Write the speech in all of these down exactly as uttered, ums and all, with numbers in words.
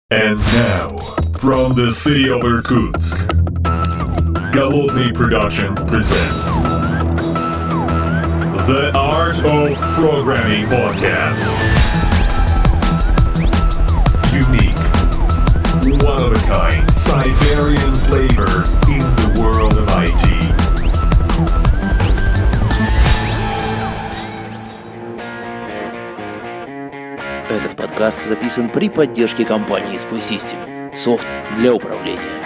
And now, from the city of Irkutsk, Голодный Production presents The Art of Programming Podcast. Unique, one-of-a-kind, Siberian flavor in the world of ай ти. Этот подкаст записан при поддержке компании Space System. Софт для управления.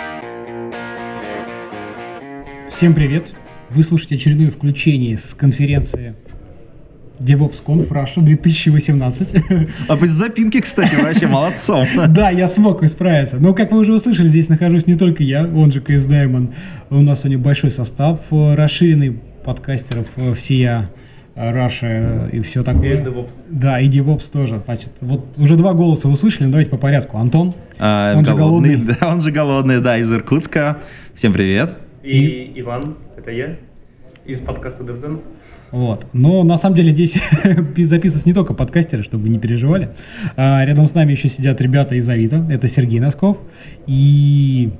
Всем привет! Вы слушаете очередное включение с конференции DevOpsConf Russia две тысячи восемнадцать. А без запинки, кстати, вообще молодцом. Да, я смог исправиться. Но, как вы уже услышали, здесь нахожусь не только я, он же кей эс Diamond. У нас сегодня большой состав, расширенный подкастеров всея Russia и все такое. DevOps. Да, и DevOps тоже. Значит, вот уже два голоса вы услышали, но давайте по порядку. Антон, А, он же голодный. Да, он же голодный, да, из Иркутска. Всем привет. И, И- Иван, это я, из подкаста DevZen. Вот. Но на самом деле здесь записываются не только подкастеры, чтобы вы не переживали. А, рядом с нами еще сидят ребята из Авито. Это Сергей Носков и...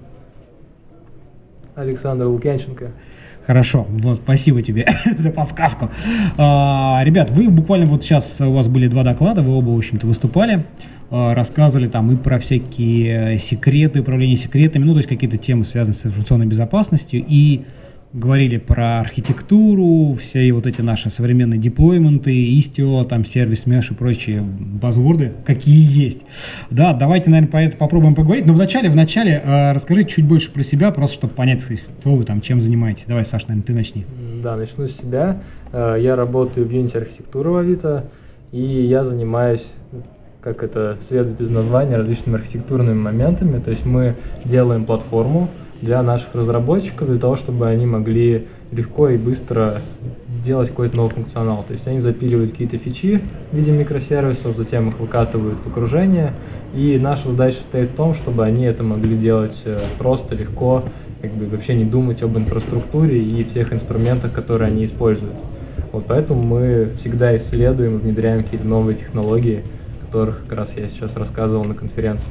Александр Лукьянченко. Хорошо, вот, спасибо тебе за подсказку. А, ребят, вы буквально вот сейчас, у вас были два доклада, вы оба, в общем-то, выступали, а, рассказывали там и про всякие секреты, управление секретами, ну, то есть какие-то темы, связанные с информационной безопасностью, и говорили про архитектуру, все вот эти наши современные деплойменты, Istio, там, сервис Mesh и прочие базворды, какие есть. Да, давайте, наверное, про это попробуем поговорить, но вначале, вначале э, расскажите чуть больше про себя, просто чтобы понять, кто вы там, чем занимаетесь. Давай, Саш, наверное, ты начни. Да, начну с себя. Э, Я работаю в Unity архитектуры в Авито, и я занимаюсь, как это следует из названия, различными архитектурными моментами. То есть мы делаем платформу для наших разработчиков, для того, чтобы они могли легко и быстро делать какой-то новый функционал. То есть они запиливают какие-то фичи в виде микросервисов, затем их выкатывают в окружение, и наша задача состоит в том, чтобы они это могли делать э, просто, легко, как бы вообще не думать об инфраструктуре и всех инструментах, которые они используют. Вот поэтому мы всегда исследуем и внедряем какие-то новые технологии, о которых как раз я сейчас рассказывал на конференции.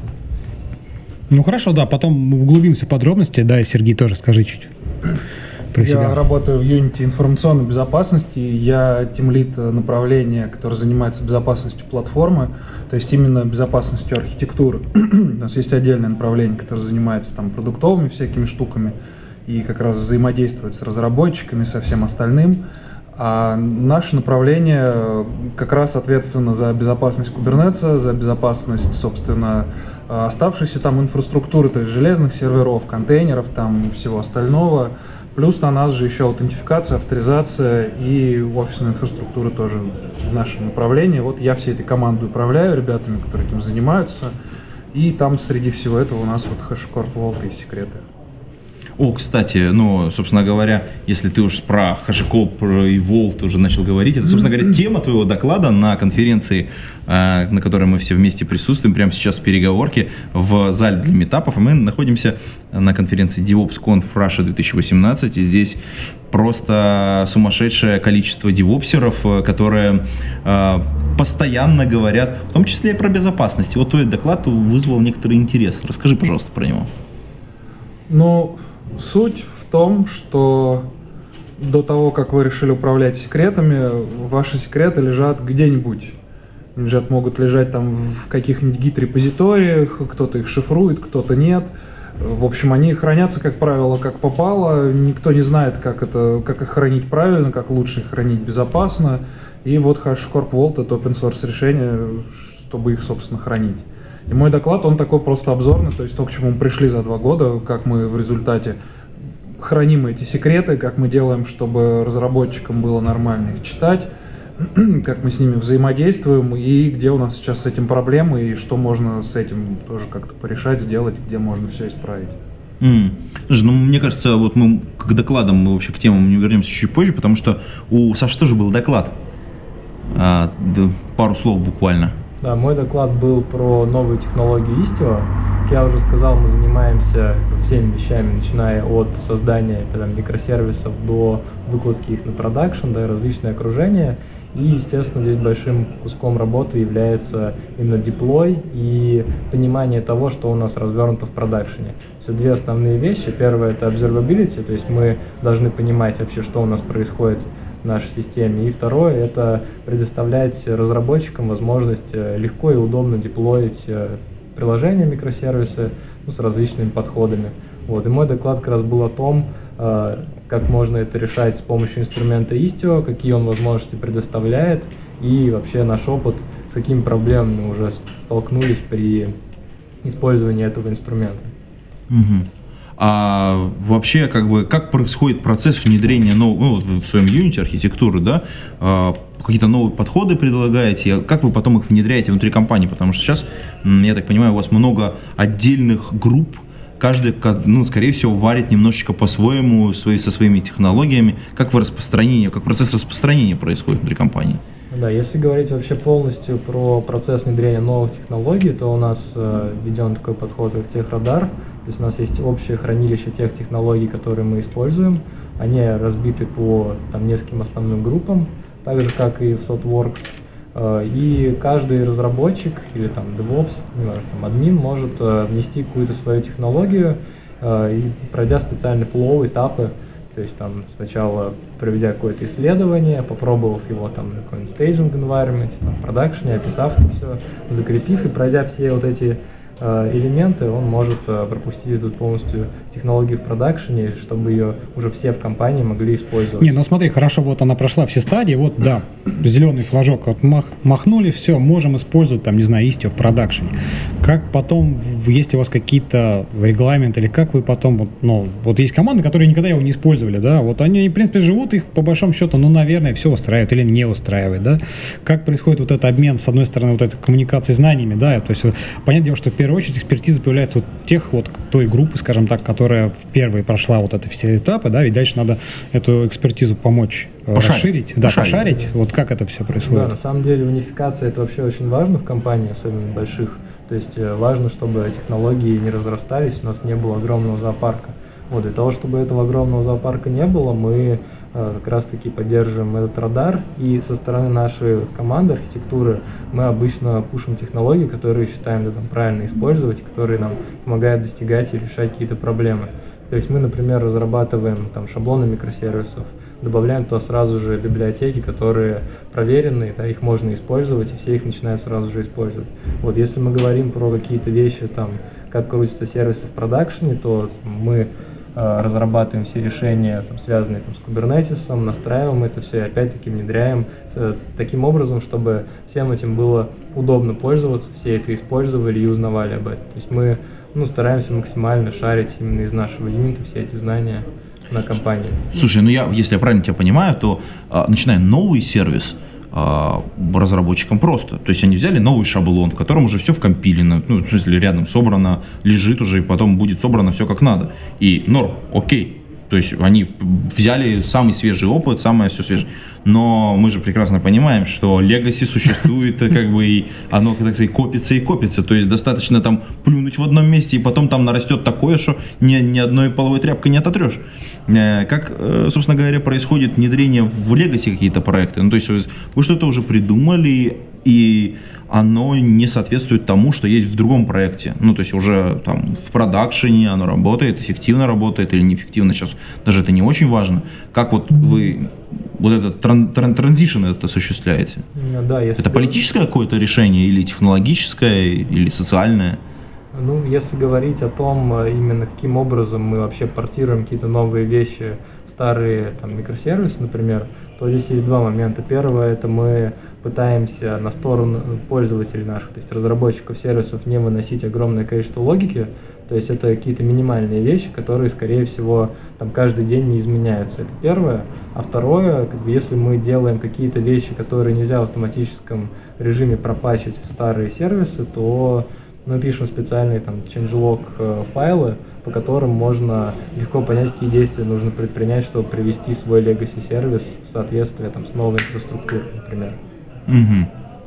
Ну хорошо, да, потом мы углубимся в подробности, да, и Сергей тоже скажи чуть про себя. Я работаю в Unity информационной безопасности, я тимлид направления, которое занимается безопасностью платформы, то есть именно безопасностью архитектуры. У нас есть отдельное направление, которое занимается там продуктовыми всякими штуками и как раз взаимодействует с разработчиками, со всем остальным. А наше направление как раз ответственно за безопасность Kubernetes, за безопасность, собственно, оставшейся там инфраструктуры, то есть железных серверов, контейнеров, там всего остального. Плюс на нас же еще аутентификация, авторизация и офисная инфраструктура тоже в нашем направлении. Вот я всей этой командой управляю, ребятами, которые этим занимаются. И там среди всего этого у нас вот HashiCorp Vault и секреты. О, кстати, ну, собственно говоря, если ты уж про HashiCorp и Vault уже начал говорить, это, собственно говоря, тема твоего доклада на конференции, э, на которой мы все вместе присутствуем, прямо сейчас в переговорке в зале для митапов, и мы находимся на конференции DevOpsConf Russia две тысячи восемнадцать, и здесь просто сумасшедшее количество девопсеров, которые э, постоянно говорят, в том числе и про безопасность. И вот твой доклад вызвал некоторый интерес. Расскажи, пожалуйста, про него. Ну, суть в том, что до того, как вы решили управлять секретами, ваши секреты лежат где-нибудь. Они лежат, могут лежать там в каких-нибудь гид-репозиториях, кто-то их шифрует, кто-то нет. В общем, они хранятся, как правило, как попало. Никто не знает, как, это, как их хранить правильно, как лучше их хранить безопасно. И вот HashiCorp Vault — это open-source решение, чтобы их, собственно, хранить. И мой доклад, он такой просто обзорный, то есть то, к чему мы пришли за два года, как мы в результате храним эти секреты, как мы делаем, чтобы разработчикам было нормально их читать, как мы с ними взаимодействуем, и где у нас сейчас с этим проблемы, и что можно с этим тоже как-то порешать, сделать, где можно все исправить. Mm. Слушай, ну, мне кажется, вот мы к докладам, мы вообще к темам не вернемся чуть позже, потому что у Саши тоже был доклад. А, да, пару слов буквально. Да, мой доклад был про новые технологии Istio. как я уже сказал, мы занимаемся всеми вещами, начиная от создания там, микросервисов до выкладки их на продакшн, да, различные окружения. И, естественно, здесь большим куском работы является именно деплой и понимание того, что у нас развернуто в продакшене. Все две основные вещи. Первое – это observability, то есть мы должны понимать вообще, что у нас происходит в нашей системе. И второе – это предоставлять разработчикам возможность легко и удобно деплоить приложения, микросервисы, ну, с различными подходами. Вот. И мой доклад как раз был о том, как можно это решать с помощью инструмента Istio, какие он возможности предоставляет, и вообще наш опыт, с какими проблемами мы уже столкнулись при использовании этого инструмента. Угу. А вообще, как бы, как происходит процесс внедрения нового, ну, в своем Unity архитектуры, да? А, какие-то новые подходы предлагаете, а как вы потом их внедряете внутри компании? Потому что сейчас, я так понимаю, у вас много отдельных групп, каждый, ну, скорее всего, варит немножечко по-своему, свои, со своими технологиями. Как вы распространение, как процесс распространения происходит внутри компании? Да, если говорить вообще полностью про процесс внедрения новых технологий, то у нас э, введен такой подход, как техрадар. То есть у нас есть общее хранилище тех технологий, которые мы используем. Они разбиты по там, нескольким основным группам, так же, как и в SOTWORKS. Э, и каждый разработчик или там DevOps, не важно, там, админ может э, внести какую-то свою технологию, э, и пройдя специальный флоу, этапы. То есть там сначала проведя какое-то исследование, попробовав его там на каком-нибудь staging environment, там, в продакшене, описав это все, закрепив и пройдя все вот эти э, элементы, он может э, пропустить эту полностью технологию в продакшене, чтобы ее уже все в компании могли использовать. Не, ну смотри, хорошо, вот она прошла все стадии, вот да, зеленый флажок вот мах, махнули, все, можем использовать там, не знаю, Istio в продакшене. Как потом, есть у вас какие-то регламенты, или как вы потом, вот, ну, вот есть команды, которые никогда его не использовали, да, вот они, в принципе, живут, их по большому счету, ну, наверное, все устраивает или не устраивает, да. Как происходит вот этот обмен, с одной стороны, вот этой коммуникации знаниями, да, то есть, понятное дело, что в первую очередь экспертиза появляется вот тех вот, той группы, скажем так, которая в первой прошла вот это все этапы, да, ведь дальше надо эту экспертизу помочь пошарить. расширить, да, пошарить. пошарить, вот как это все происходит. Да, на самом деле унификация это вообще очень важно в компании, особенно больших. То есть важно, чтобы технологии не разрастались, у нас не было огромного зоопарка. Вот, для того, чтобы этого огромного зоопарка не было, мы э, как раз-таки поддерживаем этот радар, и со стороны нашей команды архитектуры мы обычно пушим технологии, которые считаем да, там, правильно использовать, которые нам помогают достигать и решать какие-то проблемы. То есть мы, например, разрабатываем там, шаблоны микросервисов, добавляем туда сразу же библиотеки, которые проверенные, да, их можно использовать, и все их начинают сразу же использовать. Вот, если мы говорим про какие-то вещи, там, как крутятся сервисы в продакшене, то мы э, разрабатываем все решения, там, связанные там, с Kubernetes, настраиваем это все и опять-таки внедряем э, таким образом, чтобы всем этим было удобно пользоваться, все это использовали и узнавали об этом. То есть мы ну, стараемся максимально шарить именно из нашего юнита все эти знания на компании. Слушай, ну я, если я правильно тебя понимаю, то а, начиная новый сервис а, разработчикам просто. То есть они взяли новый шаблон, в котором уже все вкомпилено, ну, в смысле рядом собрано, лежит уже, и потом будет собрано все как надо. И норм, окей. То есть они взяли самый свежий опыт, самое все свежее. Но мы же прекрасно понимаем, что Legacy существует, как бы, и оно, так сказать, копится и копится. То есть достаточно там плюнуть в одном месте, и потом там нарастет такое, что ни, ни одной половой тряпкой не ототрешь. Как, собственно говоря, происходит внедрение в Legacy какие-то проекты? Ну, то есть вы что-то уже придумали, и оно не соответствует тому, что есть в другом проекте. Ну, то есть уже там в продакшене оно работает, эффективно работает или неэффективно. Сейчас даже это не очень важно. Как вот вы вот этот тран- тран- транзишн это осуществляете? Да, если это политическое какое-то решение или технологическое, или социальное? Ну, если говорить о том, именно каким образом мы вообще портируем какие-то новые вещи, старые там, микросервисы, например, то здесь есть два момента. Первое, это мы пытаемся на сторону пользователей наших, то есть разработчиков сервисов, не выносить огромное количество логики, то есть это какие-то минимальные вещи, которые, скорее всего, там каждый день не изменяются. Это первое. А второе, как бы, если мы делаем какие-то вещи, которые нельзя в автоматическом режиме пропатчить в старые сервисы, то мы пишем специальные там changelog файлы, по которым можно легко понять, какие действия нужно предпринять, чтобы привести свой legacy сервис в соответствие там, с новой инфраструктурой, например. Угу.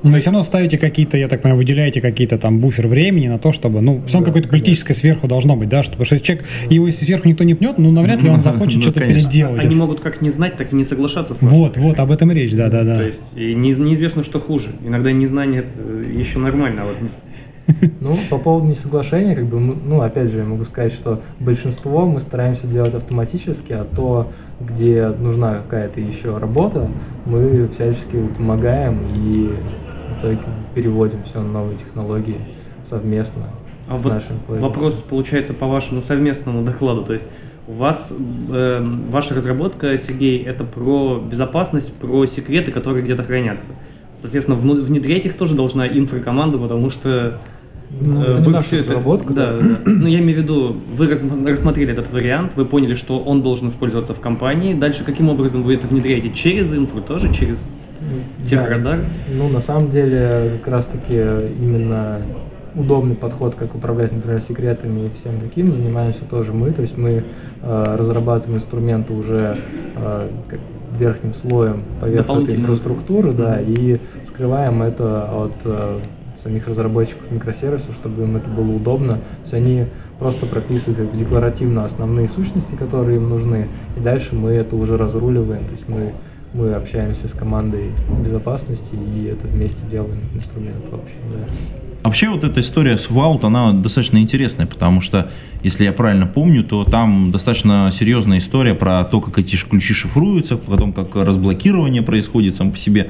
Но все равно ставите какие-то, я так понимаю, выделяете какие-то там буфер времени на то, чтобы, ну, все равно Да, какое-то критическое сверху должно быть, да, чтобы, потому что если человек, его если сверху никто не пнет, ну, навряд ли он захочет Ну, что-то конечно. переделать. Они могут как не знать, так и не соглашаться с вашим Вот, вот, об этом и речь, да-да-да. То есть и не- неизвестно, что хуже. Иногда незнание это еще нормально, а вот не- Ну, по поводу несоглашения, как бы, мы- ну, опять же, я могу сказать, что большинство мы стараемся делать автоматически, а то, где нужна какая-то еще работа, мы всячески помогаем и в итоге переводим все на новые технологии совместно А с вот нашим вопрос получается по вашему совместному докладу. То есть у вас э, ваша разработка, Сергей, это про безопасность, про секреты, которые где-то хранятся. Соответственно, вну- внедрять их тоже должна инфракоманда, потому что Ну, э, это не вы наша всё это- разработка, Да, да. Ну, я имею в виду, вы рас- рассмотрели этот вариант, вы поняли, что он должен использоваться в компании. Дальше каким образом вы это внедряете? Через инфру тоже, через техрадар? Ну, на самом деле, как раз-таки именно удобный подход, как управлять, например, секретами и всем таким, занимаемся тоже мы. То есть мы э, разрабатываем инструменты уже э, как верхним слоем поверх этой Дополнительно. инфраструктуры, да, и скрываем это от э, самих разработчиков микросервисов, чтобы им это было удобно. То есть они просто прописывают как бы декларативно основные сущности, которые им нужны, и дальше мы это уже разруливаем. То есть мы мы общаемся с командой безопасности и это вместе делаем инструмент вообще, да. Вообще вот эта история с Vault, она достаточно интересная, потому что, если я правильно помню, то там достаточно серьезная история про то, как эти ключи шифруются, потом как разблокирование происходит сам по себе.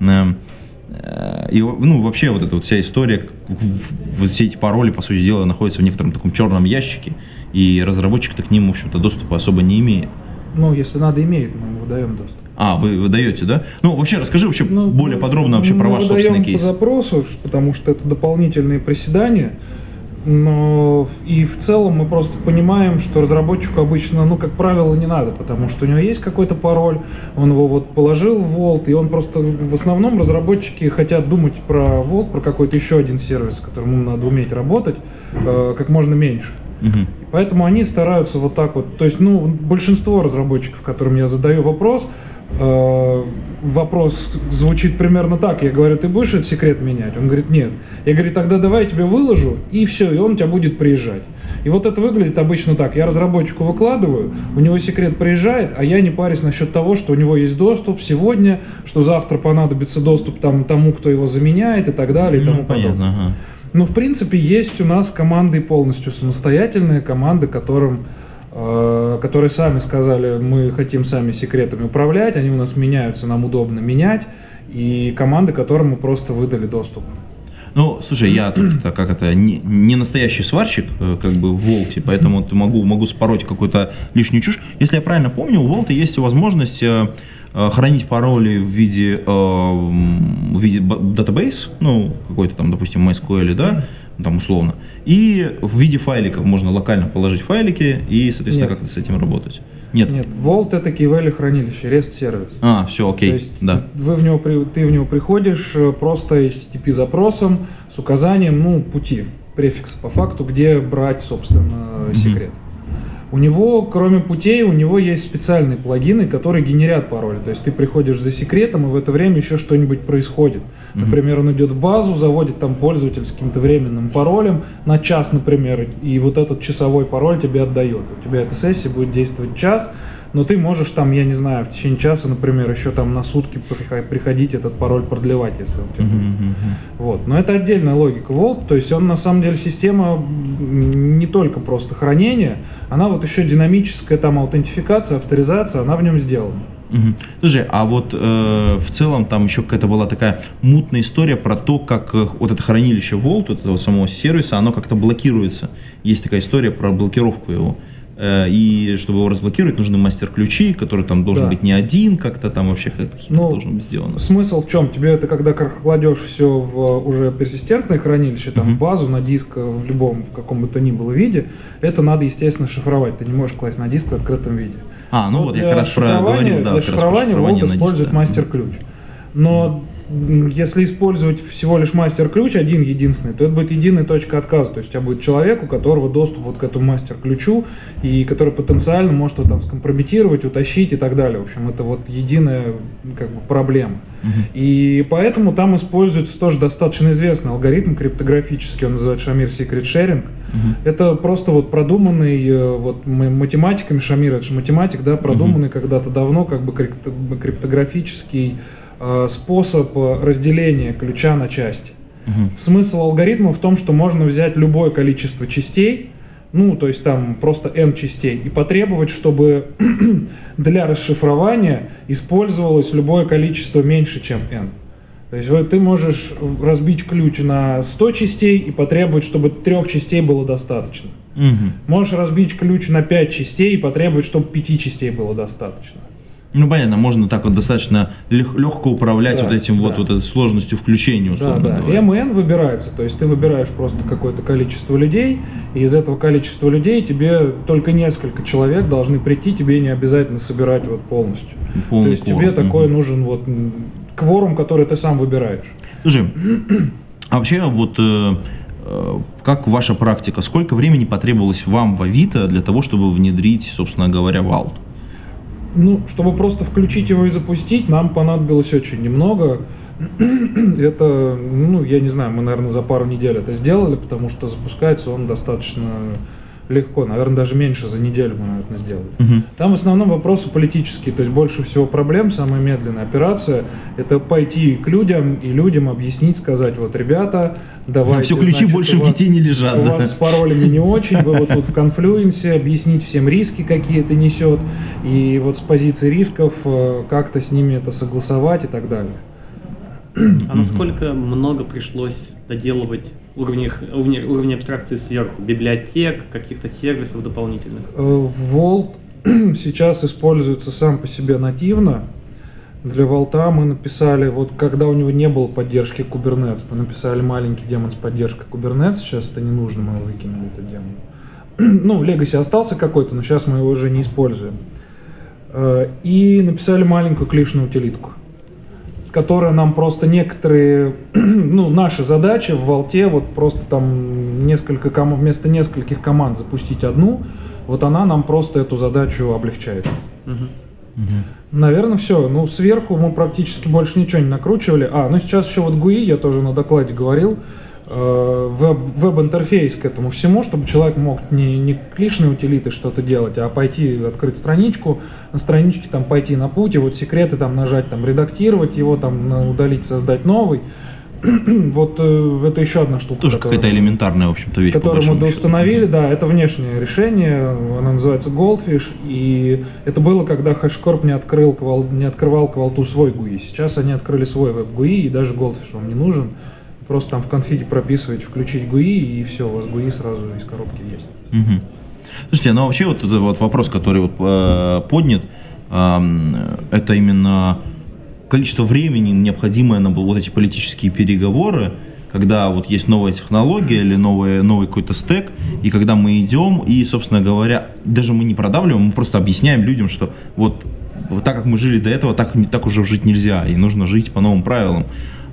И, ну, вообще вот эта вот вся история, вот все эти пароли, по сути дела, находятся в некотором таком черном ящике, и разработчик-то к ним, в общем-то, доступа особо не имеет. Ну, если надо, имеет, мы ему даем доступ. А, вы выдаете, да? Ну, вообще, расскажи вообще Ну, более подробно вообще про мы ваш выдаем собственный кейс. по запросу, ш- потому что это дополнительные приседания. Но и в целом мы просто понимаем, что разработчику обычно, ну, как правило, не надо, потому что у него есть какой-то пароль, он его вот положил в Vault, и он просто, в основном разработчики хотят думать про Vault, про какой-то еще один сервис, с которым им надо уметь работать, э, как можно меньше. Мгм. Поэтому они стараются вот так вот, то есть, ну, большинство разработчиков, которым я задаю вопрос, э, вопрос звучит примерно так, я говорю, ты будешь этот секрет менять? Он говорит, нет. Я говорю, тогда давай я тебе выложу, и все, и он у тебя будет приезжать. И вот это выглядит обычно так, я разработчику выкладываю, у него секрет приезжает, а я не парюсь насчет того, что у него есть доступ сегодня, что завтра понадобится доступ там, тому, кто его заменяет и так далее, и Ну, тому подобное. понятно, ага. Но, в принципе, есть у нас команды полностью самостоятельные, команды, которым, э, которые сами сказали, мы хотим сами секретами управлять, они у нас меняются, нам удобно менять, и команды, которым мы просто выдали доступ. Ну, слушай, я тут, это, как это, не, не настоящий сварщик, э, как бы в Vault, поэтому вот могу, могу спороть какую-то лишнюю чушь. Если я правильно помню, у Vault есть возможность э, э, хранить пароли в виде, э, в виде database, ну, какой-то там, допустим, MySQL, да, там условно, и в виде файликов можно локально положить файлики и, соответственно, Нет. как-то с этим работать. Нет. Нет, Vault это key value хранилище, REST сервис. А, все, окей, То есть да. вы в него, при- ты в него приходишь э, просто эйч ти ти пи запросом с указанием, ну, пути, префикса по факту, где брать, собственно, Мгм. секрет. У него, кроме путей, у него есть специальные плагины, которые генерят пароли. То есть ты приходишь за секретом, и в это время еще что-нибудь происходит. Мгм. Например, он идет в базу, заводит там пользователя с каким-то временным паролем на час, например, и вот этот часовой пароль тебе отдает. У тебя эта сессия будет действовать час, но ты можешь там, я не знаю, в течение часа, например, еще там на сутки прихо- приходить этот пароль продлевать, если он у тебя Мгм, будет. мгм, мгм. Вот. Но это отдельная логика Vault, то есть он на самом деле система м, не только просто хранения, она вот еще динамическая там аутентификация, авторизация, она в нем сделана. Мгм. Слушай, а вот э, в целом там еще какая-то была такая мутная история про то, как э, вот это хранилище Vault, вот этого самого сервиса, оно как-то блокируется. Есть такая история про блокировку его. Э, и чтобы его разблокировать, нужны мастер-ключи, который там должен Да. быть не один, как-то там вообще как-то Ну, должно быть сделано. Смысл в чем? Тебе это когда кр- кладешь все в уже персистентное хранилище, там Мгм. в базу, на диск, э, в любом, в каком бы то ни было виде, это надо, естественно, шифровать. Ты не можешь класть на диск в открытом виде. А, ну вот я для как раз про шифрования- говорил, да, для как раз про шифрования шифрование Vault на использует диске, да. мастер-ключ. Но если использовать всего лишь мастер-ключ один единственный, то это будет единая точка отказа. То есть у тебя будет человек, у которого доступ вот к этому мастер-ключу, и который потенциально может его там скомпрометировать, утащить и так далее. В общем, это вот единая как бы проблема. Uh-huh. И поэтому там используется тоже достаточно известный алгоритм криптографический, он называется Shamir Secret Sharing. Uh-huh. Это просто вот продуманный вот математиками, Шамир, это же математик, да, продуманный uh-huh. когда-то давно как бы криптографический способ разделения ключа на части. Uh-huh. Смысл алгоритма в том, что можно взять любое количество частей, ну, то есть там просто n частей, и потребовать, чтобы для расшифрования использовалось любое количество меньше, чем n. То есть вот ты можешь разбить ключ на сто частей и потребовать, чтобы трех частей было достаточно. Uh-huh. Можешь разбить ключ на пять частей и потребовать, чтобы пяти частей было достаточно. Ну, понятно, можно так вот достаточно лег- легко управлять да, вот этим да. вот, вот этой сложностью включения, условно да, да. говоря. эм эн выбирается, то есть ты выбираешь просто какое-то количество людей, и из этого количества людей тебе только несколько человек должны прийти, тебе не обязательно собирать вот полностью. Полный то есть кворум. тебе такой угу. нужен вот кворум, который ты сам выбираешь. Слушай, а вообще вот э, э, как ваша практика, сколько времени потребовалось вам в Авито для того, чтобы внедрить, собственно говоря, Vault? Ну, чтобы просто включить его и запустить, нам понадобилось очень немного. Это, ну, я не знаю, мы, наверное, за пару недель это сделали, потому что запускается он достаточно легко. Наверное, даже меньше за неделю мы, наверное, сделали. Uh-huh. Там в основном вопросы политические, то есть больше всего проблем, самая медленная операция, это пойти к людям и людям объяснить, сказать, вот, ребята, давайте, все ключи значит, больше у в вас, гите не лежат. У да? вас с паролями не очень, вы вот тут в конфлюенсе, объяснить всем риски, какие это несет, и вот с позиции рисков как-то с ними это согласовать и так далее. А насколько много пришлось доделывать уровней, уровней, уровней абстракции сверху, библиотек, каких-то сервисов дополнительных? Vault сейчас используется сам по себе нативно. Для Vault мы написали, вот когда у него не было поддержки Kubernetes, мы написали маленький демон с поддержкой Kubernetes, сейчас это не нужно, мы выкинули этот демон. Ну, Legacy остался какой-то, но сейчас мы его уже не используем. И написали маленькую клишную утилитку, которая нам просто некоторые, ну, наши задачи в Vault, вот просто там несколько ком- вместо нескольких команд запустить одну, вот она нам просто эту задачу облегчает. Uh-huh. Uh-huh. Наверное, все. Ну, сверху мы практически больше ничего не накручивали. А, ну сейчас еще вот джи ю ай, я тоже на докладе говорил, веб, веб-интерфейс к этому всему, чтобы человек мог не, не клишные утилиты что-то делать, а пойти открыть страничку, на страничке там пойти на путь, и вот секреты там нажать, там редактировать его, там удалить, создать новый. Вот э, это еще одна штука. Тоже какая-то элементарная, в общем-то, вещь. Которую мы доустановили, да, это внешнее решение, она называется Goldfish, и это было, когда HashiCorp не, открыл, не открывал к Vault свой джи ю ай. Сейчас они открыли свой веб-джи ю ай, и даже Goldfish вам не нужен. Просто там в конфиге прописывать, включить джи ю ай, и все, у вас джи ю ай сразу из коробки есть. Угу. Слушайте, ну вообще вот этот вот вопрос, который вот э, поднят, э, это именно количество времени, необходимое на вот эти политические переговоры, когда вот есть новая технология или новый, новый какой-то стек, и когда мы идем, и, собственно говоря, даже мы не продавливаем, мы просто объясняем людям, что вот, вот так как мы жили до этого, так, так уже жить нельзя, и нужно жить по новым правилам.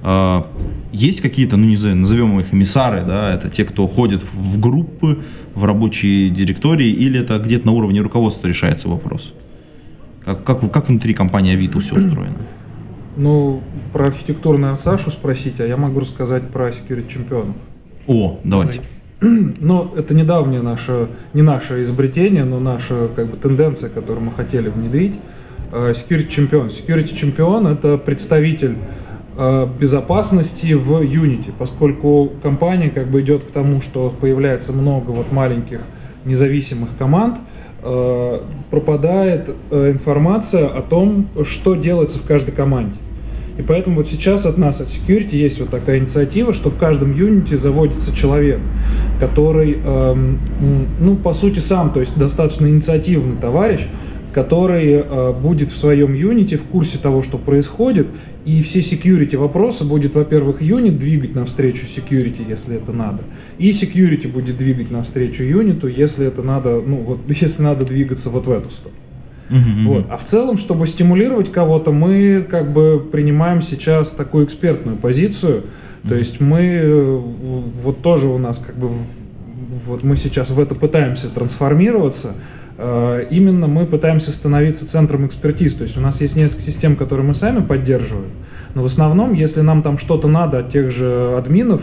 Есть какие-то, ну не знаю, назовем их эмиссары, да, это те, кто ходит в группы, в рабочие директории, или это где-то на уровне руководства решается вопрос? Как, как, как внутри компании Авито все устроено? Ну, про архитектуру, наверное, Сашу спросить, а я могу рассказать про security чемпионов. О, давайте. Ну, это недавнее наше, не наше изобретение, но наша как бы тенденция, которую мы хотели внедрить. Security чемпион. Security чемпион — это представитель безопасности в Unity, поскольку компания как бы идет к тому, что появляется много вот маленьких независимых команд, э, пропадает э, информация о том, что делается в каждой команде. И поэтому вот сейчас от нас, от Security, есть вот такая инициатива, что в каждом Unity заводится человек, который, э, ну, по сути, сам, то есть достаточно инициативный товарищ, который э, будет в своем Unity в курсе того, что происходит, и все security вопросы будет, во-первых, Unit двигать навстречу security, если это надо, и security будет двигать навстречу Unit, если это надо, ну вот, если надо двигаться вот в эту сторону. Mm-hmm. Вот. А в целом, чтобы стимулировать кого-то, мы как бы принимаем сейчас такую экспертную позицию. Mm-hmm. То есть мы, вот тоже у нас как бы, вот мы сейчас в это пытаемся трансформироваться. Именно мы пытаемся становиться центром экспертиз. То есть у нас есть несколько систем, которые мы сами поддерживаем. Но в основном, если нам там что-то надо от тех же админов,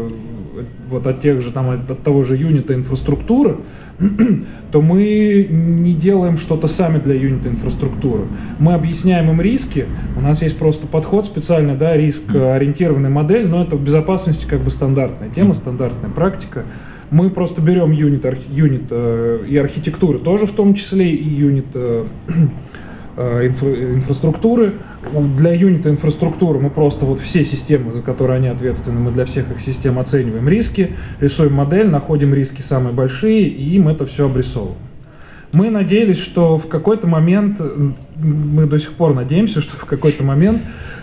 вот от тех же там, от того же юнита инфраструктуры, то мы не делаем что-то сами для юнита инфраструктуры. Мы объясняем им риски. У нас есть просто подход специальный, да, риск-ориентированная модель, но это в безопасности как бы стандартная тема, стандартная практика. Мы просто берем юнит, юнит э, и архитектуры тоже в том числе, и юнит э, э, инфра, инфраструктуры. Для юнита инфраструктуры мы просто вот все системы, за которые они ответственны, мы для всех их систем оцениваем риски, рисуем модель, находим риски самые большие и им это все обрисовываем. Мы надеялись, что в какой-то момент, мы до сих пор надеемся, что в какой-то момент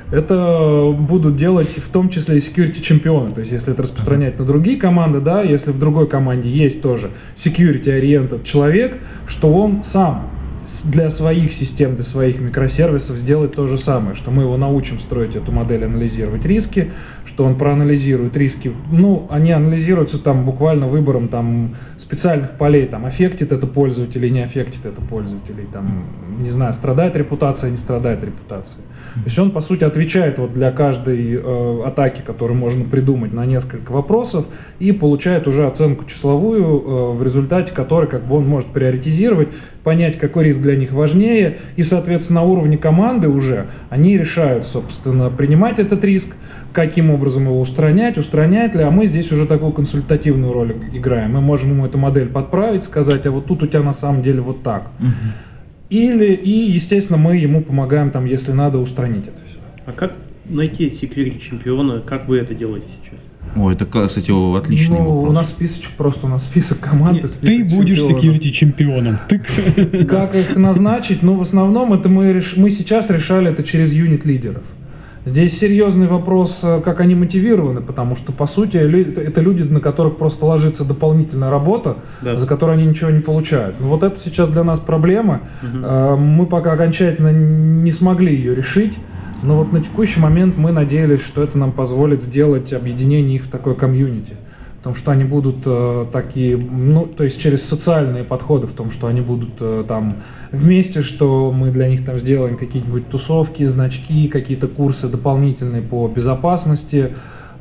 это будут делать в том числе и security чемпионы. То есть если это распространять на другие команды, да, если в другой команде есть тоже security-ориентед человек, что он сам для своих систем, для своих микросервисов сделать то же самое, что мы его научим строить эту модель, анализировать риски, что он проанализирует риски, ну, они анализируются там буквально выбором там специальных полей, там, аффектит это пользователей, не аффектит это пользователей, там, не знаю, страдает репутация, не страдает репутация. То есть он, по сути, отвечает вот для каждой э, атаки, которую можно придумать, на несколько вопросов и получает уже оценку числовую, э, в результате которой как бы он может приоритизировать, понять, какой риск для них важнее, и, соответственно, на уровне команды уже они решают, собственно, принимать этот риск, каким образом его устранять, устранять ли, а мы здесь уже такую консультативную роль играем. Мы можем ему эту модель подправить, сказать, а вот тут у тебя на самом деле вот так. Угу. Или, и, естественно, мы ему помогаем, там, если надо, устранить это все. А как найти security чемпиона, как вы это делааете сейчас? Ой, это, кстати, отличный ну, вопрос. У нас списочек просто, у нас список команд и список Ты будешь чемпионов. security чемпионом. Ты... Как их назначить? Ну, в основном, это мы, реш... мы сейчас решали это через юнит лидеров. Здесь серьезный вопрос, как они мотивированы, потому что, по сути, это люди, на которых просто ложится дополнительная работа, да. за которую они ничего не получают. Но вот это сейчас для нас проблема. Угу. Мы пока окончательно не смогли ее решить, но вот на текущий момент мы надеялись, что это нам позволит сделать объединение их в такой комьюнити. В том, что они будут э, такие, ну, то есть через социальные подходы, в том, что они будут э, там вместе, что мы для них там сделаем какие-нибудь тусовки, значки, какие-то курсы дополнительные по безопасности,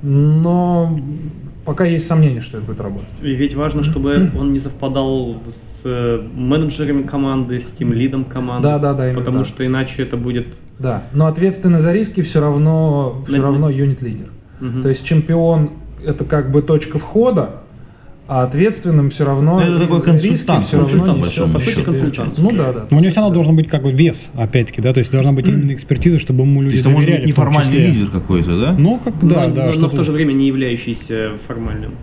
но пока есть сомнения, что это будет работать. И ведь важно, чтобы он не совпадал с менеджерами команды, с тимлидом команды, да, да, да, потому так. что иначе это будет... Да, но ответственный за риски все равно, все равно юнит-лидер. Угу. То есть чемпион это как бы точка входа, а ответственным все равно это такой консультант, все равно несет. По сути, консультант. Ну да, да. Но у него все равно должен быть как бы вес, опять-таки, да, то есть должна быть именно экспертиза, чтобы ему люди доверяли. То есть это может быть неформальный лидер какой-то, да? Ну, как, да, но, да. Но, что но в то же время не являющийся формальным.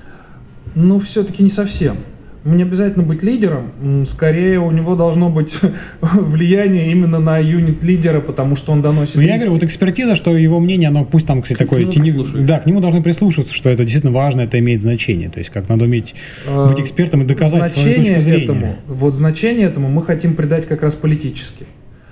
Ну, все-таки не совсем. Не обязательно быть лидером, скорее у него должно быть влияние именно на юнит лидера, потому что он доносит. Ну я говорю, вот экспертиза, что его мнение, оно пусть там, кстати, такое, тени... да, к нему должны прислушиваться, что это действительно важно, это имеет значение, то есть как надо уметь быть экспертом и доказать свою точку зрения. Этому, вот значение этому мы хотим придать как раз политически,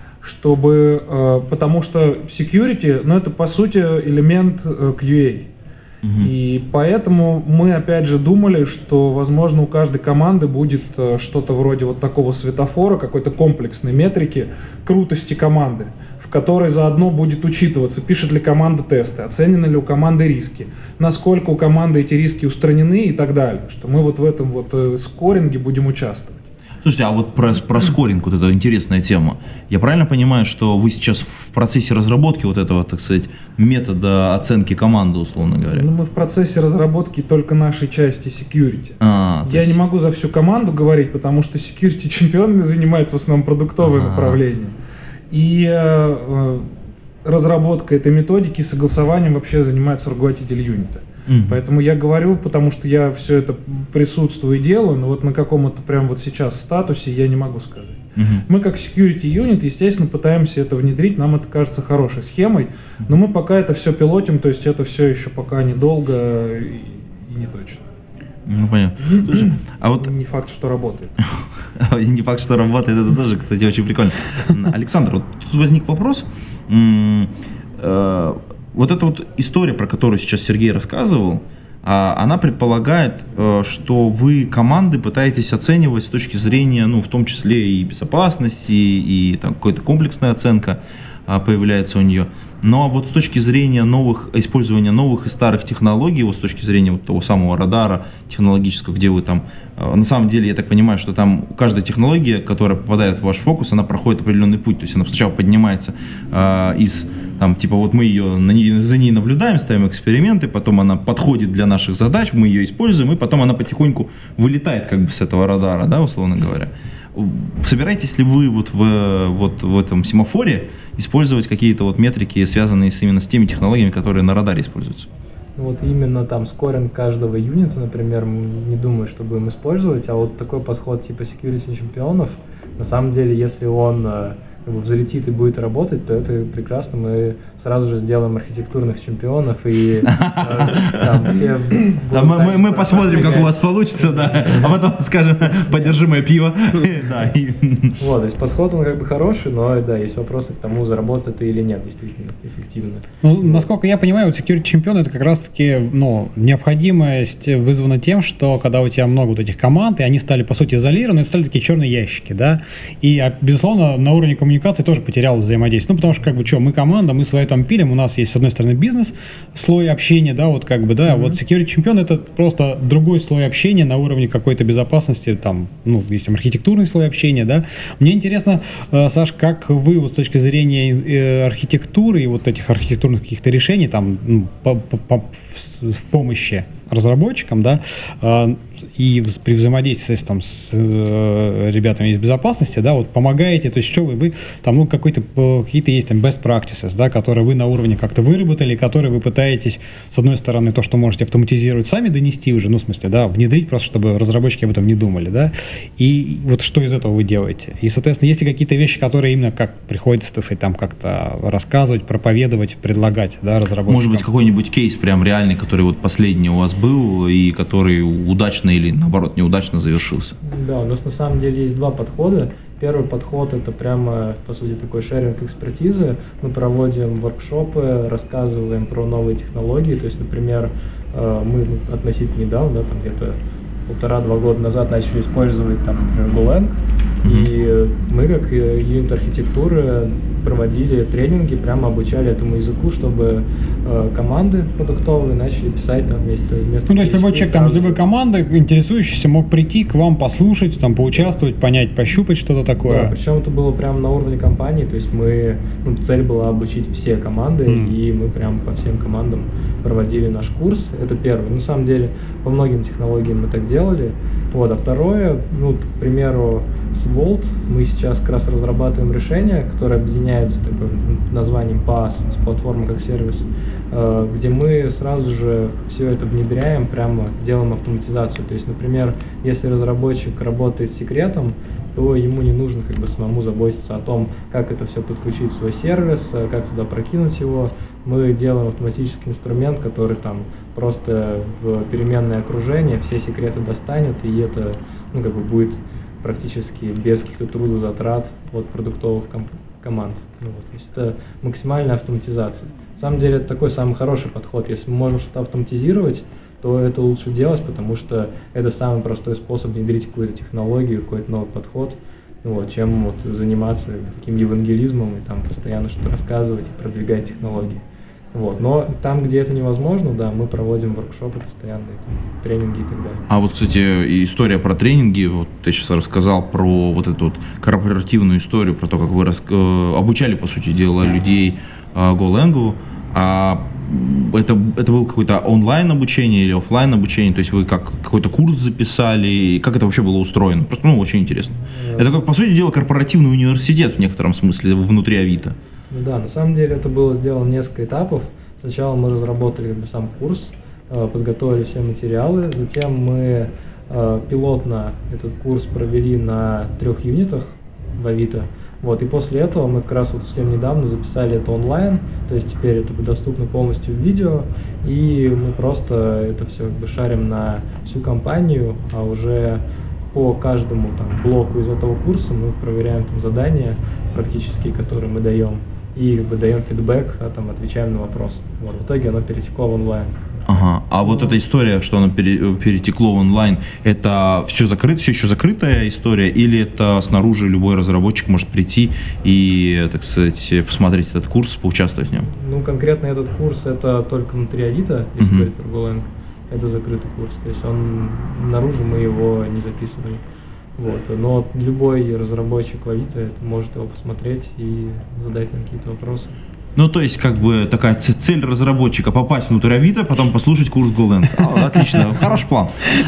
чтобы, потому что security, ну это по сути элемент кью эй. И поэтому мы опять же думали, что возможно у каждой команды будет что-то вроде вот такого светофора, какой-то комплексной метрики крутости команды, в которой заодно будет учитываться, пишет ли команда тесты, оценены ли у команды риски, насколько у команды эти риски устранены и так далее, что мы вот в этом вот скоринге будем участвовать. Слушайте, а вот про, про скоринг, вот эта интересная тема. Я правильно понимаю, что вы сейчас в процессе разработки вот этого, так сказать, метода оценки команды, условно говоря? Ну, мы в процессе разработки только нашей части security. А, Я есть... не могу за всю команду говорить, потому что security чемпионами занимается в основном продуктовое А-а-а. направление. И э, разработкой этой методики, согласованием вообще занимается руководитель юнита. Mm-hmm. Поэтому я говорю, потому что я все это присутствую и делаю, но вот на каком-то прям вот сейчас статусе я не могу сказать. Mm-hmm. Мы как security юнит, естественно, пытаемся это внедрить, нам это кажется хорошей схемой, но мы пока это все пилотим, то есть это все еще пока недолго и, и не точно. Ну, понятно. Слушай, а вот... Не факт, что работает. Не факт, что работает, это тоже, кстати, очень прикольно. Александр, вот тут возник вопрос. Вот эта вот история, про которую сейчас Сергей рассказывал, она предполагает, что вы команды пытаетесь оценивать с точки зрения, ну, в том числе и безопасности, и там какая-то комплексная оценка появляется у нее. Но вот с точки зрения новых, использования новых и старых технологий, вот с точки зрения вот того самого радара технологического, где вы там, на самом деле, я так понимаю, что там каждая технология, которая попадает в ваш фокус, она проходит определенный путь, то есть она сначала поднимается э, из, там, типа, вот мы ее, на ней, за ней наблюдаем, ставим эксперименты, потом она подходит для наших задач, мы ее используем, и потом она потихоньку вылетает как бы с этого радара, да, условно говоря. Собираетесь ли вы вот в, вот в этом семафоре использовать какие-то вот метрики, связанные с, именно с теми технологиями, которые на радаре используются? Вот именно там скоринг каждого юнита, например, не думаю, что будем использовать, а вот такой подход типа security чемпионов, на самом деле, если он как бы взлетит и будет работать, то это прекрасно, мы сразу же сделаем архитектурных чемпионов и там все... Мы посмотрим, как у вас получится, да, а потом скажем, подержи мое пиво. Вот, то есть подход он как бы хороший, но да, есть вопросы к тому, заработает это или нет, действительно эффективно. Ну, насколько я понимаю, вот security чемпион это как раз-таки, ну, необходимость вызвана тем, что когда у тебя много вот этих команд, и они стали по сути изолированы, это стали такие черные ящики, да, и, безусловно, на уровне коммуникации коммуникации тоже потерял взаимодействие. Ну, потому что, как бы, что, мы команда, мы свою там пилим, у нас есть, с одной стороны, бизнес, слой общения, да, вот как бы, да, mm-hmm. вот security чемпион это просто другой слой общения на уровне какой-то безопасности, там, ну, есть там архитектурный слой общения, да. Мне интересно, Саш, как вы вот с точки зрения архитектуры и вот этих архитектурных каких-то решений, там, ну, по, по, по, в помощи разработчикам, да, и при взаимодействии там, с э, ребятами из безопасности, да, вот помогаете, то есть что вы, вы там, ну, какой-то, какие-то есть там best practices, да, которые вы на уровне как-то выработали, которые вы пытаетесь, с одной стороны, то, что можете автоматизировать, сами донести уже, ну, в смысле, да, внедрить просто, чтобы разработчики об этом не думали, да, и вот что из этого вы делаете? И, соответственно, есть ли какие-то вещи, которые именно как приходится, так сказать, там как-то рассказывать, проповедовать, предлагать, да, разработчикам? Может быть, какой-нибудь кейс прям реальный, который вот последний у вас был, и который удачно или, наоборот, неудачно завершился? Да, у нас на самом деле есть два подхода. Первый подход – это прямо, по сути, такой шеринг экспертизы. Мы проводим воркшопы, рассказываем про новые технологии. То есть, например, мы относительно недавно, да, там где-то полтора-два года назад начали использовать, там, например, Golang. И мы, как юнит архитектуры, проводили тренинги, прямо обучали этому языку, чтобы э, команды продуктовые начали писать там вместо вместо. Ну, то есть любой человек там из любой команды, интересующийся, мог прийти к вам, послушать, там, поучаствовать, понять, пощупать что-то такое. Да, причем это было прямо на уровне компании, то есть мы, ну, цель была обучить все команды, mm. и мы прямо по всем командам проводили наш курс. Это первое. На самом деле, по многим технологиям мы так делали. Вот, а второе, ну, к примеру, с Vault мы сейчас как раз разрабатываем решение, которое объединяется таким названием пас, с платформой как сервис, где мы сразу же все это внедряем, прямо делаем автоматизацию. То есть, например, если разработчик работает с секретом, то ему не нужно как бы самому заботиться о том, как это все подключить в свой сервис, как туда прокинуть его. Мы делаем автоматический инструмент, который там просто в переменное окружение все секреты достанет, и это, ну, как бы будет практически без каких-то трудозатрат от продуктовых ком- команд. Ну, вот, то есть это максимальная автоматизация. На самом деле это такой самый хороший подход. Если мы можем что-то автоматизировать, то это лучше делать, потому что это самый простой способ внедрить какую-то технологию, какой-то новый подход, вот, чем вот заниматься таким евангелизмом и там постоянно что-то рассказывать и продвигать технологии. Вот. Но там, где это невозможно, да, мы проводим воркшопы постоянные, там, тренинги и так далее. А вот, кстати, история про тренинги, вот ты сейчас рассказал про вот эту вот корпоративную историю, про то, как вы рас... обучали, по сути дела, людей Golang. А это, это был какой-то онлайн обучение или офлайн обучение? То есть вы как какой-то курс записали? Как это вообще было устроено? Просто, ну, очень интересно. Yeah. Это, как, по сути дела, корпоративный университет в некотором смысле внутри Авито. Да, на самом деле это было сделано несколько этапов. Сначала мы разработали как бы сам курс, подготовили все материалы, затем мы пилотно этот курс провели на трех юнитах в Авито. Вот, и после этого мы как раз вот совсем недавно записали это онлайн, то есть теперь это доступно полностью в видео, и мы просто это все как бы шарим на всю компанию, а уже по каждому там блоку из этого курса мы проверяем там задания практические, которые мы даем, и как бы даем фидбэк, а, там отвечаем на вопросы. Вот, в итоге оно перетекло в онлайн. Ага. А вот эта история, что оно пере- перетекло в онлайн, это все закрыто, все еще закрытая история, или это снаружи любой разработчик может прийти и, так сказать, посмотреть этот курс, поучаствовать в нем? Ну, конкретно этот курс это только внутри Авито, если Мгм. говорить про Golang. Это закрытый курс, то есть он наружу мы его не записывали. Вот. Но любой разработчик Авито может его посмотреть и задать нам какие-то вопросы. Ну, то есть, как бы, такая ц- цель разработчика — попасть внутрь Авито, потом послушать курс Golang. А, отлично, хороший план.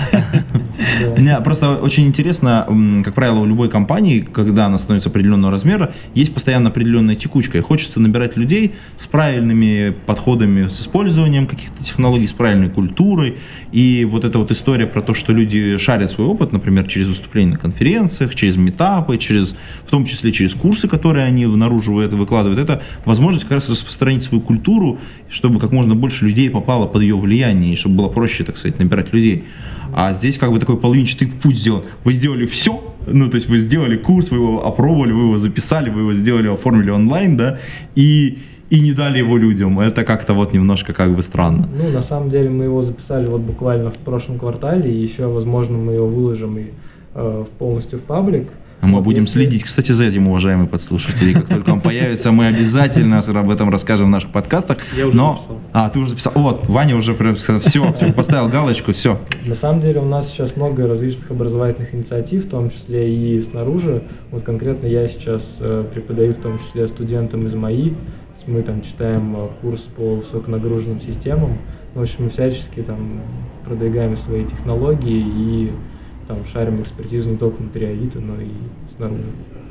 Мне просто очень интересно, м, как правило, у любой компании, когда она становится определенного размера, есть постоянно определенная текучка, и хочется набирать людей с правильными подходами, с использованием каких-то технологий, с правильной культурой. И вот эта вот история про то, что люди шарят свой опыт, например, через выступления на конференциях, через митапы, через, в том числе через курсы, которые они наружу это выкладывают, это возможность как раз распространить свою культуру, чтобы как можно больше людей попало под ее влияние, и чтобы было проще, так сказать, набирать людей. А здесь как бы такой половинчатый путь сделан. Вы сделали все, ну то есть вы сделали курс, вы его опробовали, вы его записали, вы его сделали, оформили онлайн, да, и, и не дали его людям. Это как-то вот немножко как бы странно. Ну, на самом деле мы его записали вот буквально в прошлом квартале, и еще, возможно, мы его выложим и э, полностью в паблик. А мы Вот будем если- следить, кстати, за этим, уважаемые подслушатели. Как только он появится, мы обязательно об этом расскажем в наших подкастах. Я уже Но... записал. А, ты уже записал. Вот, Ваня уже прям все, поставил галочку, все. На самом деле у нас сейчас много различных образовательных инициатив, в том числе и снаружи. Вот конкретно я сейчас э, преподаю в том числе студентам из МАИ. То есть мы там читаем э, курс по высоконагруженным системам. В общем, мы всячески там продвигаем свои технологии и там шарим экспертизу не только внутри Авито, но и снаружи.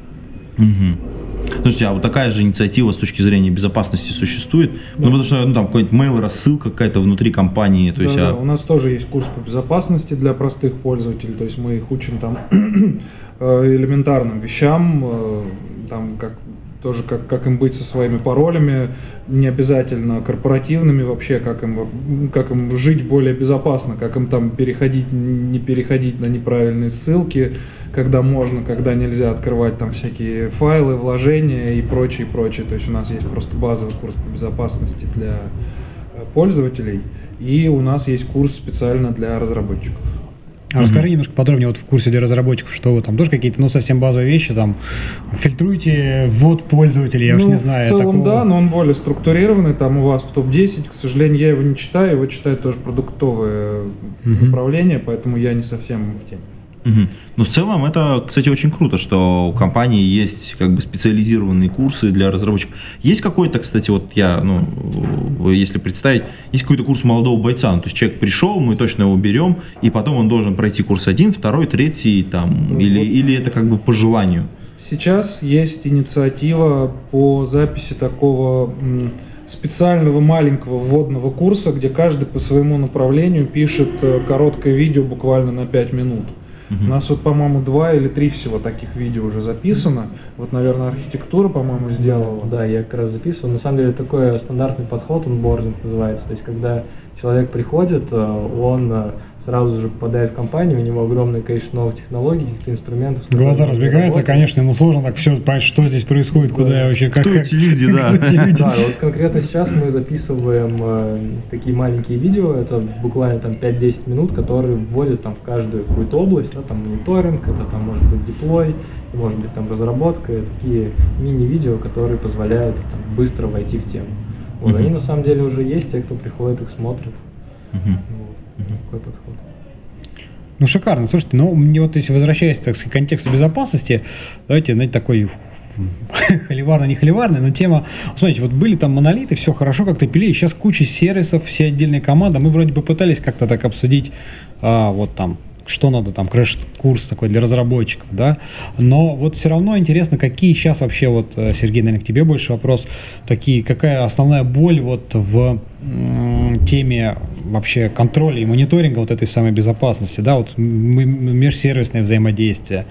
Мгм. Слушайте, а вот такая же инициатива с точки зрения безопасности существует? Ну, потому что, ну, там какой-нибудь mail, рассылка какая-то внутри компании, то есть... Да, а- да, у нас тоже есть курс по безопасности для простых пользователей, то есть мы их учим там э, элементарным вещам, э, там как тоже как, как им быть со своими паролями, не обязательно корпоративными вообще, как им, как им жить более безопасно, как им там переходить, не переходить на неправильные ссылки, когда можно, когда нельзя, открывать там всякие файлы, вложения и прочее, прочее. То есть у нас есть просто базовый курс по безопасности для э, пользователей, и у нас есть курс специально для разработчиков. А расскажи немножко подробнее вот в курсе для разработчиков, что вы там тоже какие-то, ну, совсем базовые вещи, там, фильтруйте ввод пользователей, я уж Ну, не знаю. в целом, такого. да, но он более структурированный, там у вас в топ десять, к сожалению, я его не читаю, его читает тоже продуктовое Мгм. управление, поэтому я не совсем в теме. Мгм. Ну, в целом, это, кстати, очень круто, что у компании есть как бы специализированные курсы для разработчиков. Есть какой-то, кстати, вот я, ну, если представить, есть какой-то курс молодого бойца, ну, то есть человек пришел, мы точно его берем, и потом он должен пройти курс один, второй, третий, там, Ну, или, вот. или это как бы по желанию? Сейчас есть инициатива по записи такого м, специального маленького вводного курса, где каждый по своему направлению пишет э, короткое видео буквально на пять минут. Мгм. У нас вот, по-моему, два или три всего таких видео уже записано. Вот, наверное, архитектура, по-моему, сделала. Да, я как раз записывал. На самом деле такой стандартный подход, онбординг называется. То есть когда человек приходит, э, он э, сразу же попадает в компанию, у него огромное количество новых технологий, каких-то инструментов. с которыми Глаза он разбегаются, работает. конечно, ему сложно так все понять, что здесь происходит, куда я вообще, как... Кто эти люди, да? кто эти люди? Да, вот конкретно сейчас мы записываем э, такие маленькие видео, это буквально там пять-десять минут, которые вводят там в каждую какую-то область, да, там мониторинг, это там может быть деплой, может быть там разработка, такие мини-видео, которые позволяют там быстро войти в тему. Вот, Мгм. они на самом деле уже есть, те, кто приходит, их смотрит. Мгм. Вот, такой подход. Ну, шикарно. Слушайте, ну, мне вот, если возвращаясь, так сказать, к контексту безопасности, давайте, знаете, такой холиварный, не холиварный, но тема, смотрите, вот были там монолиты, все хорошо как-то пили, и сейчас куча сервисов, все отдельные команды, мы вроде бы пытались как-то так обсудить, а, вот там, что надо, там, крэш-курс такой для разработчиков, да, но вот все равно интересно, какие сейчас вообще, вот, Сергей, наверное, к тебе больше вопрос, такие, какая основная боль вот в м, теме вообще контроля и мониторинга вот этой самой безопасности, да, вот м- межсервисное взаимодействие,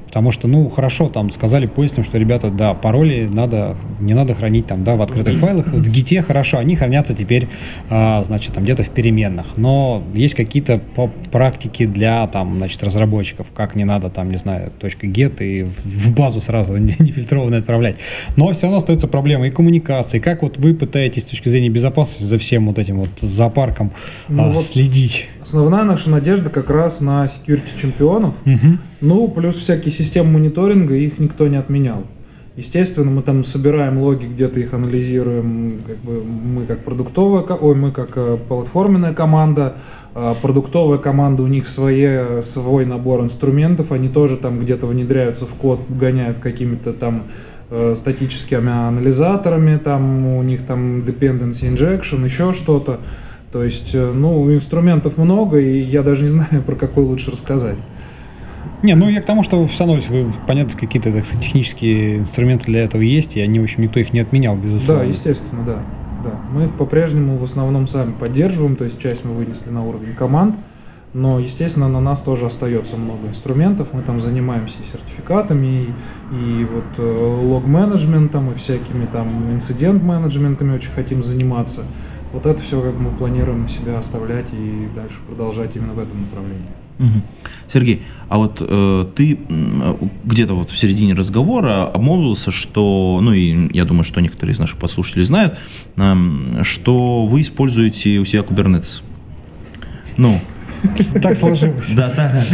Потому что, ну, хорошо, там сказали пользователям, что, ребята, да, пароли надо, не надо хранить там, да, в открытых файлах. В гите хорошо, они хранятся теперь, а, значит, там где-то в переменных. Но есть какие-то практики для, там, значит, разработчиков, как не надо, там, не знаю, .get и в базу сразу нефильтрованно отправлять. Но все равно остается проблема и коммуникации. Как вот вы пытаетесь с точки зрения безопасности за всем вот этим вот зоопарком ну, а, вот следить? Основная наша надежда как раз на security чемпионов. Угу. Ну, плюс всякие системы мониторинга, их никто не отменял. Естественно, мы там собираем логи, где-то их анализируем, как бы мы как продуктовая, ой, мы как э, платформенная команда, э, продуктовая команда, у них свои, свой набор инструментов, они тоже там где-то внедряются в код, гоняют какими-то там э, статическими анализаторами, там у них там dependency injection, еще что-то. То есть, э, ну, инструментов много, и я даже не знаю, про какой лучше рассказать. Не, ну я к тому, что все равно, вы, понятно, какие-то так сказать, технические инструменты для этого есть, и они, в общем, никто их не отменял, безусловно. Да, естественно, да. да. Мы их по-прежнему в основном сами поддерживаем, то есть часть мы вынесли на уровень команд, но, естественно, на нас тоже остается много инструментов, мы там занимаемся и сертификатами, и, и вот э, лог-менеджментом, и всякими там инцидент-менеджментами очень хотим заниматься. Вот это все как мы планируем на себя оставлять и дальше продолжать именно в этом направлении. Угу. Сергей, а вот э, ты э, где-то вот в середине разговора обмолвился, что, ну и я думаю, что некоторые из наших подслушателей знают, э, что вы используете у себя Kubernetes. Ну, так сложилось. Да, так.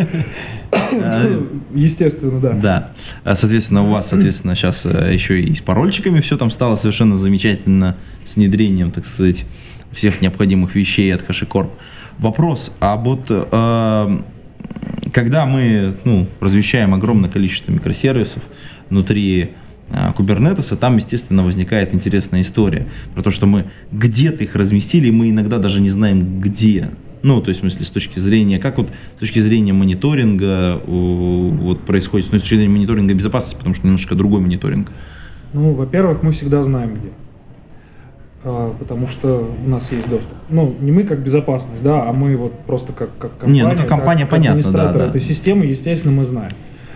Естественно, да. Да. Соответственно, у вас, соответственно, сейчас еще и с парольчиками все там стало совершенно замечательно, с внедрением, так сказать, всех необходимых вещей от HashiCorp. Вопрос, а вот э, когда мы ну, размещаем огромное количество микросервисов внутри э, Kubernetes, там, естественно, возникает интересная история про то, что мы где-то их разместили, и мы иногда даже не знаем, где. Ну, то есть, в смысле, с точки зрения, как вот с точки зрения мониторинга вот происходит, ну, с точки зрения мониторинга безопасности, потому что немножко другой мониторинг. Ну, во-первых, мы всегда знаем, где. Потому что у нас есть доступ. Ну, не мы как безопасность, да, а мы вот просто как, как компания, не, ну, как компания, как, понятно, как администратор да, этой да. системы, естественно, мы знаем.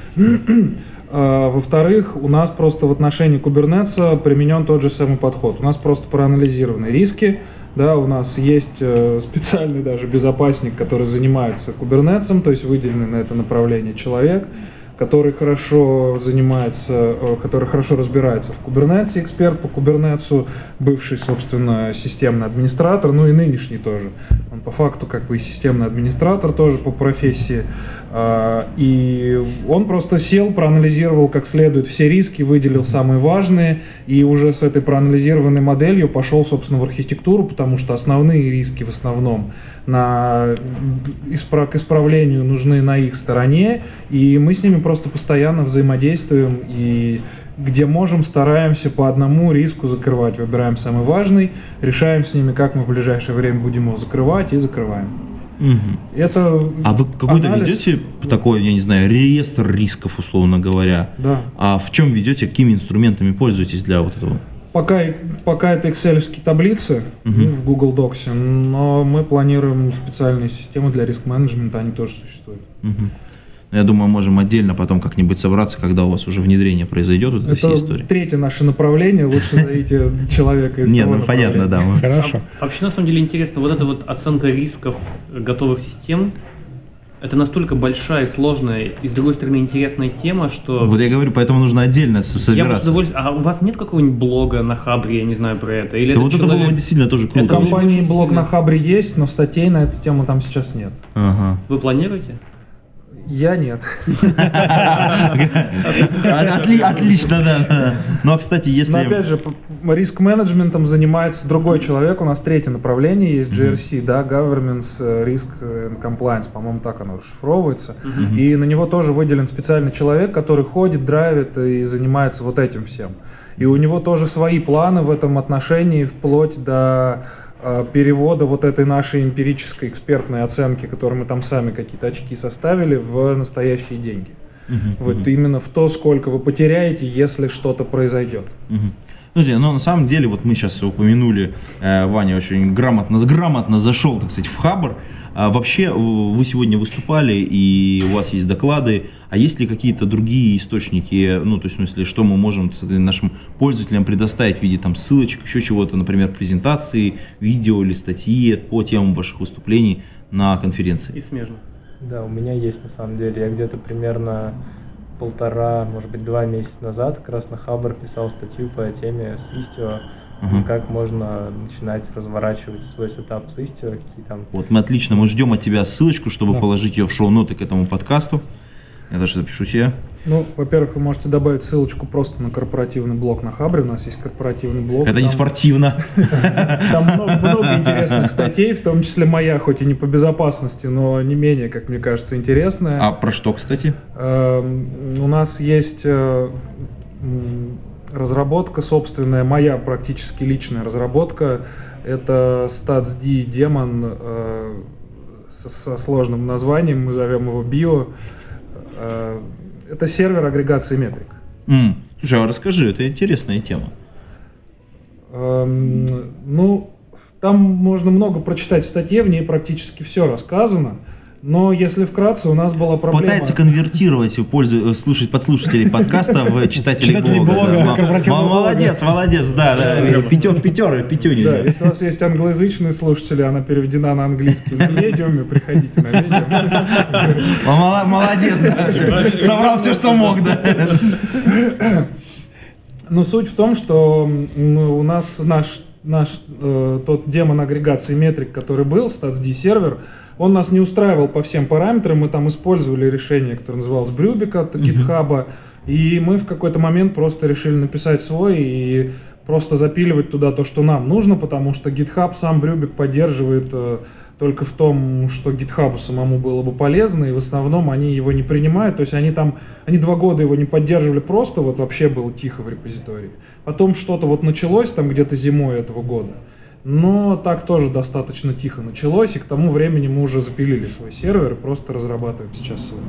Во-вторых, у нас просто в отношении Kubernetes применен тот же самый подход. У нас просто проанализированы риски, да, у нас есть специальный даже безопасник, который занимается Kubernetes, то есть выделенный на это направление человек, который хорошо занимается, который хорошо разбирается в Kubernetes, эксперт по Kubernetes, бывший, собственно, системный администратор, ну и нынешний тоже. Он по факту как бы и системный администратор тоже по профессии. И он просто сел, проанализировал как следует все риски, выделил самые важные, и уже с этой проанализированной моделью пошел, собственно, в архитектуру, потому что основные риски в основном на, к исправлению нужны на их стороне, и мы с ними просто постоянно взаимодействуем, и где можем, стараемся по одному риску закрывать, выбираем самый важный, решаем с ними, как мы в ближайшее время будем его закрывать, и закрываем. Угу. Это а вы какой-то анализ... ведете такой, я не знаю, реестр рисков, условно говоря? Да. А в чем ведете, какими инструментами пользуетесь для вот этого? Пока, пока это экселевские таблицы угу. ну, в Google Docs, но мы планируем специальные системы для риск-менеджмента, они тоже существуют. Угу. Я думаю, можем отдельно потом как-нибудь собраться, когда у вас уже внедрение произойдет, вот этой всей истории. Это третье наше направление, лучше зовите человека из Нет, того ну понятно, да. Хорошо. Вообще, на самом деле, интересно, вот эта вот оценка рисков готовых систем, это настолько большая и сложная, и с другой стороны интересная тема, что... Вот я говорю, поэтому нужно отдельно собираться. Я а у вас нет какого-нибудь блога на Хабре, я не знаю про это? Или да это вот человек... это было бы действительно тоже круто. У компании блог на Хабре есть, но статей на эту тему там сейчас нет. Ага. Вы планируете? Я нет. Отлично, да. Ну, а, кстати, если... Но, опять же, риск-менеджментом занимается другой человек. У нас третье направление есть, джи ар си, да, Governance Risk and Compliance, по-моему, так оно расшифровывается. И на него тоже выделен специальный человек, который ходит, драйвит и занимается вот этим всем. И у него тоже свои планы в этом отношении, вплоть до... перевода вот этой нашей эмпирической экспертной оценки, которую мы там сами какие-то очки составили, в настоящие деньги. Uh-huh, вот uh-huh. именно в то, сколько вы потеряете, если что-то произойдет. Uh-huh. Слушайте, но на самом деле, вот мы сейчас упомянули, э, Ваня очень грамотно, грамотно зашел, так сказать, в Хабр. А вообще, вы сегодня выступали, и у вас есть доклады, а есть ли какие-то другие источники, ну, то есть, в смысле, что мы можем нашим пользователям предоставить в виде там ссылочек, еще чего-то, например, презентации, видео или статьи по темам ваших выступлений на конференции? И смежно. Да, у меня есть на самом деле. Я где-то примерно полтора, может быть, два месяца назад как раз на Хабр писал статью по теме с Istio, uh-huh. как можно начинать разворачивать свой сетап с Istio, какие там... Вот мы отлично, мы ждем от тебя ссылочку, чтобы да. положить ее в шоу-ноты к этому подкасту. Я даже запишу себе. Ну, во-первых, вы можете добавить ссылочку просто на корпоративный блог на Хабре. У нас есть корпоративный блог. Это там... не спортивно. Там много, много интересных статей, в том числе моя, хоть и не по безопасности, но не менее, как мне кажется, интересная. А про что, кстати? У нас есть разработка собственная, моя практически личная разработка. Это StatsD демон со сложным названием, мы зовем его Bio. Это сервер агрегации метрик. Mm. Слушай, а расскажи, это интересная тема. Эм, ну, там можно много прочитать в статье, в ней практически все рассказано. Но если вкратце, у нас была проблема... Пытается конвертировать пользу, слушать подслушателей подкаста в читателей блога. Да. Молодец, молодец, да, да. Пятер, пятер, пятюни. Да, если у вас есть англоязычные слушатели, она переведена на английский на медиуме, приходите на медиум. Молодец, да. Собрал все, что мог, да. Но суть в том, что ну, у нас наш, наш э, тот демон агрегации метрик, который был, StatsD сервер, он нас не устраивал по всем параметрам, мы там использовали решение, которое называлось Брюбик от GitHub, uh-huh. и мы в какой-то момент просто решили написать свой и просто запиливать туда то, что нам нужно, потому что GitHub сам Брюбик поддерживает э, только в том, что GitHub самому было бы полезно, и в основном они его не принимают, то есть они там, они два года его не поддерживали просто, вот вообще было тихо в репозитории. Потом что-то вот началось там где-то зимой этого года. Но так тоже достаточно тихо началось, и к тому времени мы уже запилили свой сервер и просто разрабатываем сейчас свой.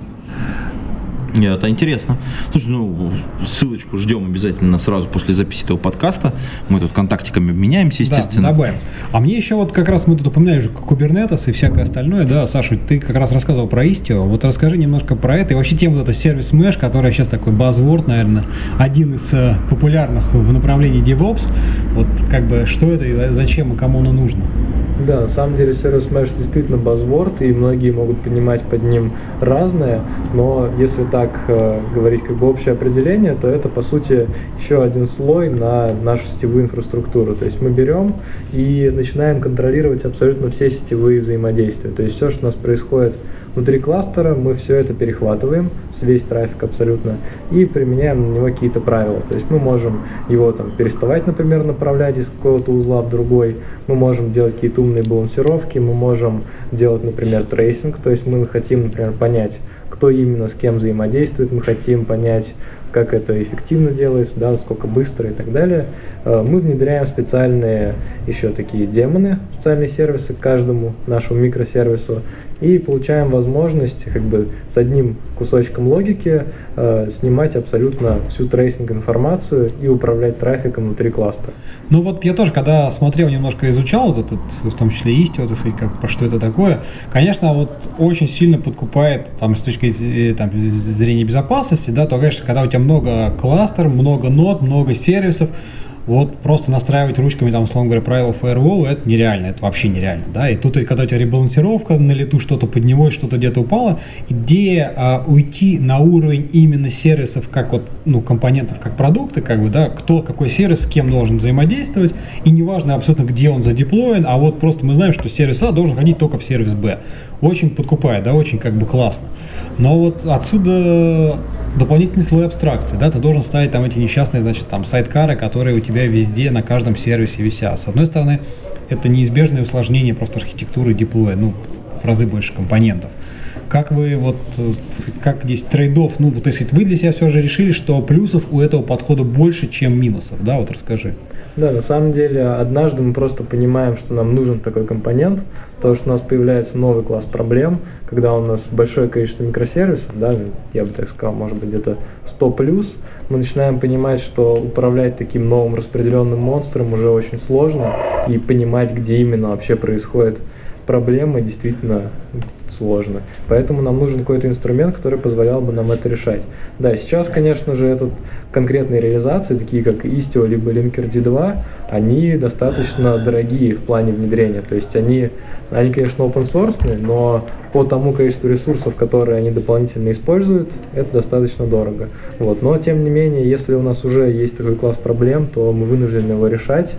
Нет, это интересно. Слушай, ну, ссылочку ждем обязательно сразу после записи этого подкаста. Мы тут контактиками обменяемся, естественно. Да, добавим. А мне еще вот как раз мы тут упоминали уже Kubernetes и всякое остальное, да, Саша, ты как раз рассказывал про Istio. Вот расскажи немножко про это и вообще тему вот это сервис Mesh, который сейчас такой buzzword, наверное, один из э, популярных в направлении DevOps. Вот как бы что это и зачем и кому оно нужно? Да, на самом деле сервис Mesh действительно buzzword, и многие могут понимать под ним разное, но если так э, говорить как бы общее определение, то это по сути еще один слой на нашу сетевую инфраструктуру. То есть мы берем и начинаем контролировать абсолютно все сетевые взаимодействия. То есть все, что у нас происходит внутри кластера, мы все это перехватываем, весь трафик абсолютно, и применяем на него какие-то правила. То есть мы можем его там переставать, например, направлять из какого-то узла в другой, мы можем делать какие-то умные балансировки, мы можем делать, например, трейсинг, то есть мы хотим, например, понять, кто именно с кем взаимодействует, мы хотим понять, как это эффективно делается, да, сколько быстро и так далее. Мы внедряем специальные еще такие демоны, специальные сервисы к каждому нашему микросервису и получаем возможность как бы с одним кусочком логики э, снимать абсолютно всю трейсинг-информацию и управлять трафиком внутри кластера. Ну вот я тоже, когда смотрел, немножко изучал, вот этот, в том числе Istio, так сказать, как, про что это такое, конечно, вот очень сильно подкупает там, с точки там, зрения безопасности, да, то, конечно, когда у тебя много кластеров, много нод, много сервисов, вот просто настраивать ручками, там, условно говоря, правила firewall, это нереально, это вообще нереально, да, и тут, когда у тебя ребалансировка на лету, что-то поднялось, что-то где-то упало, идея а, уйти на уровень именно сервисов, как вот, ну, компонентов, как продукты, как бы, да, кто, какой сервис с кем должен взаимодействовать, и неважно абсолютно, где он задеплоен, а вот просто мы знаем, что сервис А должен ходить только в сервис Б. Очень подкупает, да, очень как бы классно. Но вот отсюда дополнительный слой абстракции, да, ты должен ставить там эти несчастные, значит, там сайдкары, которые у тебя везде на каждом сервисе висят. С одной стороны, это неизбежное усложнение просто архитектуры диплоя, ну, в разы больше компонентов. Как вы вот, как здесь трейдов, ну, вот если вы для себя все же решили, что плюсов у этого подхода больше, чем минусов, да, вот расскажи. Да, на самом деле, однажды мы просто понимаем, что нам нужен такой компонент, потому что у нас появляется новый класс проблем, когда у нас большое количество микросервисов, да, я бы так сказал, может быть, где-то сто плюс, мы начинаем понимать, что управлять таким новым распределенным монстром уже очень сложно, и понимать, где именно вообще происходит проблемой действительно сложно. Поэтому нам нужен какой-то инструмент, который позволял бы нам это решать. Да, сейчас, конечно же, этот конкретные реализации, такие как Istio либо Linkerd два, они достаточно дорогие в плане внедрения. То есть они, они конечно, open source, но по тому количеству ресурсов, которые они дополнительно используют, это достаточно дорого. Вот. Но, тем не менее, если у нас уже есть такой класс проблем, то мы вынуждены его решать,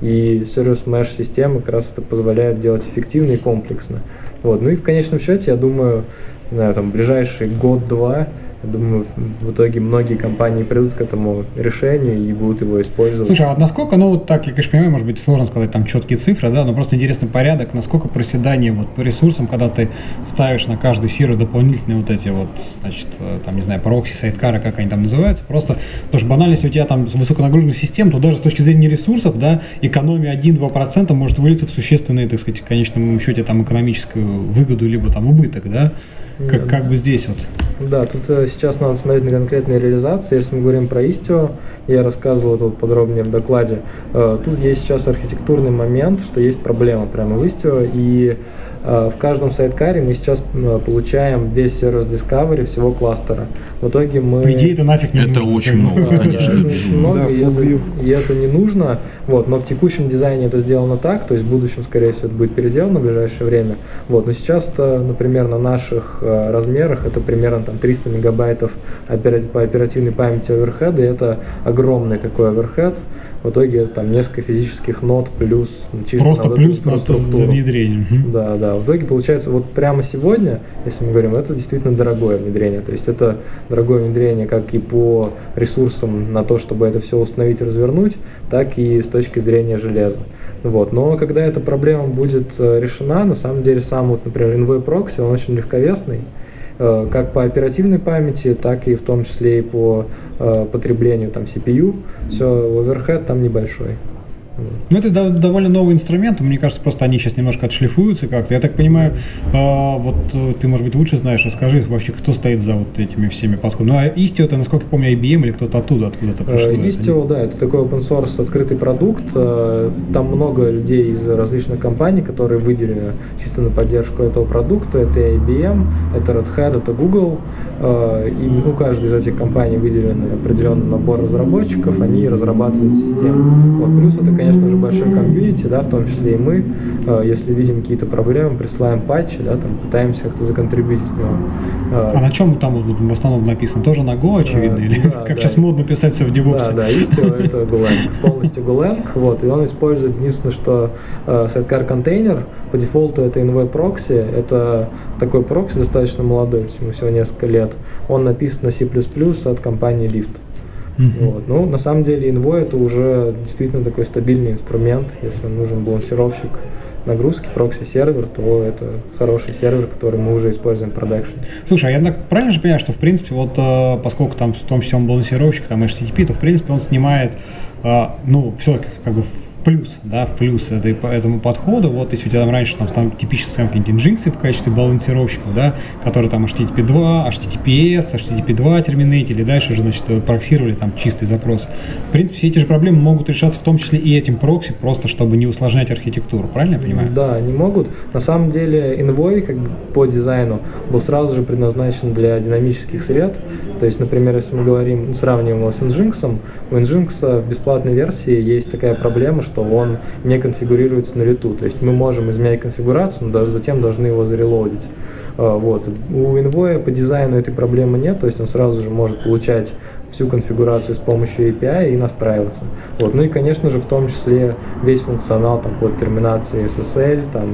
и Service Mesh системы как раз это позволяет делать эффективно и комплексно. Вот. Ну и в конечном счете, я думаю, не знаю, там, ближайший год-два, я думаю, в итоге многие компании придут к этому решению и будут его использовать. Слушай, а вот насколько, ну вот так, я, конечно, понимаю, может быть, сложно сказать там четкие цифры, да, но просто интересный порядок, насколько проседание вот по ресурсам, когда ты ставишь на каждый сервер дополнительные вот эти вот, значит, там, не знаю, прокси, сайдкары, как они там называются, просто, потому что банально, если у тебя там высоконагруженная система, то даже с точки зрения ресурсов, да, экономия один-два процента может вылиться в существенные, так сказать, в конечном счете там экономическую выгоду, либо там убыток, да, как, как бы здесь вот. Да, тут э, сейчас надо смотреть на конкретные реализации. Если мы говорим про Istio, я рассказывал это вот подробнее в докладе, э, тут есть сейчас архитектурный момент, что есть проблема прямо в Istio, и э, в каждом сайдкаре мы сейчас э, получаем весь сервис Discovery всего кластера. В итоге мы... По идее, это нафиг не это нужно. очень много, Да, конечно. это очень много, Да, и, это, и это не нужно. Вот, но в текущем дизайне это сделано так, то есть в будущем, скорее всего, это будет переделано в ближайшее время. Вот, но сейчас-то, например, на наших э, размерах это примерно там триста мегабайтов опера- по оперативной памяти оверхеда, и это огромный такой оверхед. В итоге там несколько физических нод плюс чисто Просто на вот плюс эту на инфраструктуру. за внедрение. Мгм. Да, да. В итоге получается, вот прямо сегодня, если мы говорим, это действительно дорогое внедрение. То есть это дорогое внедрение как и по ресурсам на то, чтобы это все установить и развернуть, так и с точки зрения железа. Вот. Но когда эта проблема будет э, решена, на самом деле сам, вот, например, Envoy Proxy, он очень легковесный, э, как по оперативной памяти, так и в том числе и по э, потреблению там, си пи ю. Все, оверхед там небольшой. Ну, это дов- довольно новый инструмент, мне кажется, просто они сейчас немножко отшлифуются как-то. Я так понимаю, э, вот э, ты, может быть, лучше знаешь, расскажи вообще, кто стоит за вот этими всеми подходами. Ну, а Istio, это, насколько я помню, ай би эм или кто-то оттуда, откуда-то пришло. Э, это, Istio, да, это такой open source открытый продукт. Э, Там много людей из различных компаний, которые выделены чисто на поддержку этого продукта. Это ай би эм, это Red Hat, это Google. Э, И ну, каждой из этих компаний выделен определенный набор разработчиков, они разрабатывают систему. Вот. Плюс это, конечно же, большой комьюнити, да, в том числе и мы. Э, Если видим какие-то проблемы, присылаем патчи, да, там, пытаемся как-то законтрибьютить в него. Э, А на чем там вот в основном написано? Тоже на Go, очевидно? А, Или да, как да. сейчас модно писать все в DevOps? Да, да, Istio это Golang, полностью Golang, вот, и он использует единственное, что э, sidecar контейнер, по дефолту это Envoy Proxy, это такой прокси достаточно молодой, то есть ему всего несколько лет, он написан на C++ от компании Lyft. Мгм. Вот. Ну, на самом деле, Envoy это уже действительно такой стабильный инструмент, если нужен балансировщик нагрузки, прокси-сервер, то это хороший сервер, который мы уже используем в продакшене. Слушай, а я так правильно же понимаю, что в принципе, вот э, поскольку там в том числе он балансировщик, там эйч ти ти пи, то в принципе он снимает, э, ну, все как бы в плюс, да, в плюс этой, по этому подходу. Вот если у тебя там раньше там, там типические там, какие-нибудь Nginx в качестве балансировщиков, да, которые там эйч ти ти пи два, эйч ти ти пи эс, эйч ти ти пи два терминейтили, и дальше уже, значит, проксировали там чистый запрос. В принципе, все эти же проблемы могут решаться в том числе и этим прокси, просто чтобы не усложнять архитектуру, правильно я понимаю? Да, они могут. На самом деле Envoy как бы, по дизайну был сразу же предназначен для динамических сред. То есть, например, если мы говорим, сравниваем его с Nginx, у Nginx в бесплатной версии есть такая проблема, что он не конфигурируется на лету. То есть мы можем изменять конфигурацию, но затем должны его зарелоудить. Вот. У Envoy по дизайну этой проблемы нет, то есть он сразу же может получать всю конфигурацию с помощью эй пи ай и настраиваться. Вот. Ну и, конечно же, в том числе весь функционал там, под терминацией эс эс эль, там,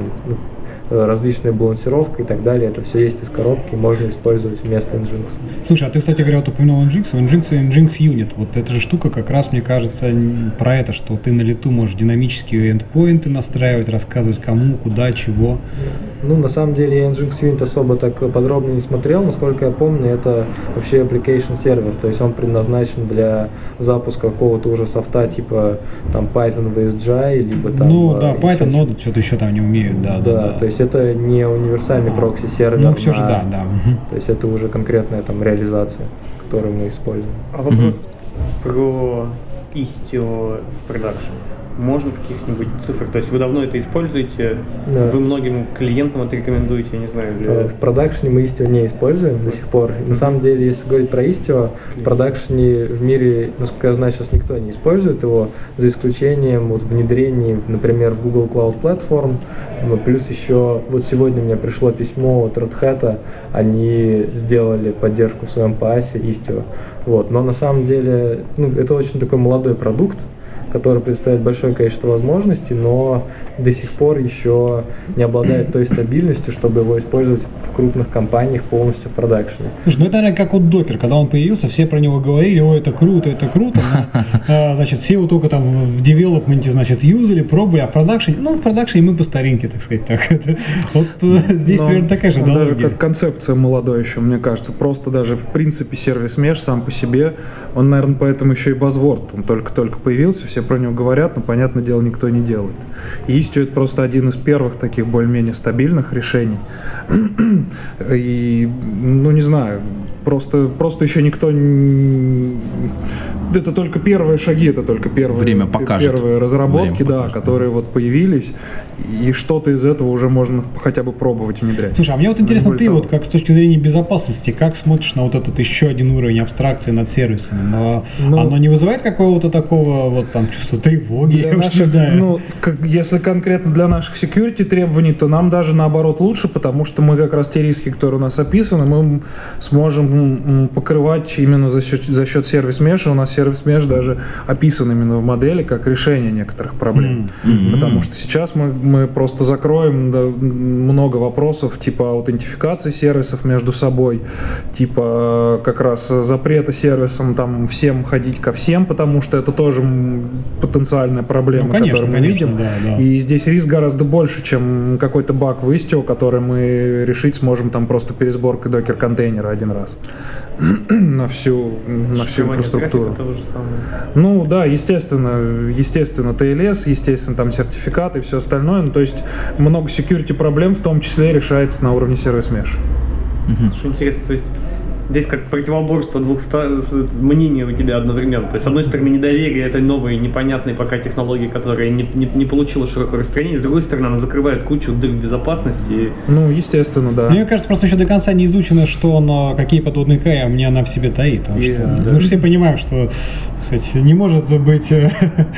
различная балансировка и так далее. Это все есть из коробки, можно использовать вместо Nginx. Слушай, а ты, кстати говоря, вот упомянул Nginx, в Nginx Nginx Unit. Вот эта же штука как раз, мне кажется, н- про это, что ты на лету можешь динамические эндпоинты настраивать, рассказывать кому, куда, чего. Ну, на самом деле, я Nginx Unit особо так подробно не смотрел. Насколько я помню, это вообще application сервер, то есть он предназначен для запуска какого-то уже софта, типа там Python ви эс джи ай, либо там... Ну да, э, Python, еще ноды что-то еще там не умеют, да, да, Да, да. то есть это не универсальный А, прокси-сервер. ну, всё же на- да, да, мгм. То есть это уже конкретная там реализация, которую мы используем. А вопрос про Istio в продакшн? Можно каких-нибудь цифр? То есть вы давно это используете? Да. Вы многим клиентам это рекомендуете, я не знаю. Или... В продакшне мы Istio не используем до сих пор. И на самом деле, если говорить про Istio, в продакшне в мире, насколько я знаю, сейчас никто не использует его, за исключением вот внедрений, например, в Google Cloud Platform. Плюс еще, вот сегодня мне пришло письмо от Red Hat, они сделали поддержку в своем паасе Istio. Вот. Но на самом деле, ну, это очень такой молодой продукт, который представляет большое количество возможностей, но до сих пор еще не обладает той стабильностью, чтобы его использовать в крупных компаниях полностью в продакшене. Слушай, ну это, наверное, как вот Docker, когда он появился, все про него говорили, о, это круто, это круто, но, а, значит, все его только там в девелопменте, значит, юзали, пробовали, а в продакшене, ну, в продакшене мы по старинке, так сказать, так. Это, вот здесь но примерно такая же аналогия. Даже как концепция молодой еще, мне кажется, просто даже в принципе сервис меш сам по себе, он, наверное, поэтому еще и базворд, он только-только появился, все про него говорят, но, понятное дело, никто не делает. И Istio — это просто один из первых таких более-менее стабильных решений. И, ну, не знаю, просто, просто еще никто не... Это только первые шаги, это только первые, Время покажет. первые разработки, Время да, покажет. которые вот появились, и что-то из этого уже можно хотя бы пробовать внедрять. Слушай, а мне вот интересно, Более ты того. вот как с точки зрения безопасности, как смотришь на вот этот еще один уровень абстракции над сервисами? Но Ну, оно не вызывает какого-то такого вот там чувства тревоги? Для Я уж не наших, знаю. ну, как, если конкретно для наших security требований, то нам даже наоборот лучше, потому что мы как раз те риски, которые у нас описаны, мы сможем м, покрывать именно за счет, за счет сервис-меша. У нас сервис-меш даже описан именно в модели как решение некоторых проблем. Mm-hmm. Потому что сейчас мы, мы просто закроем да, много вопросов типа аутентификации сервисов между собой, типа как раз запрета сервисам там всем ходить ко всем, потому что это тоже потенциальная проблема, Ну, конечно, которую мы конечно, видим. да, да. И здесь риск гораздо больше, чем какой-то баг в Istio, который мы решить сможем там просто пересборкой докер-контейнера один раз на всю, на всю Шифрование инфраструктуру. трафика — то же самое. Ну да, естественно, естественно, ти эл эс, естественно, там сертификаты и все остальное. Ну, то есть много security проблем, в том числе, решается на уровне сервис-меш. Что интересно, то есть здесь как противоборство двух ста- мнений у тебя одновременно. То есть, с одной стороны, недоверие этой новой, непонятной пока технологии, которая не, не, не получила широкое распространение, с другой стороны, она закрывает кучу дыр безопасности. Ну, естественно, да. Мне кажется, просто еще до конца не изучено, что оно, какие подводные камни она в себе таит. Потому И, что да. мы же все понимаем, что, кстати, не может быть э,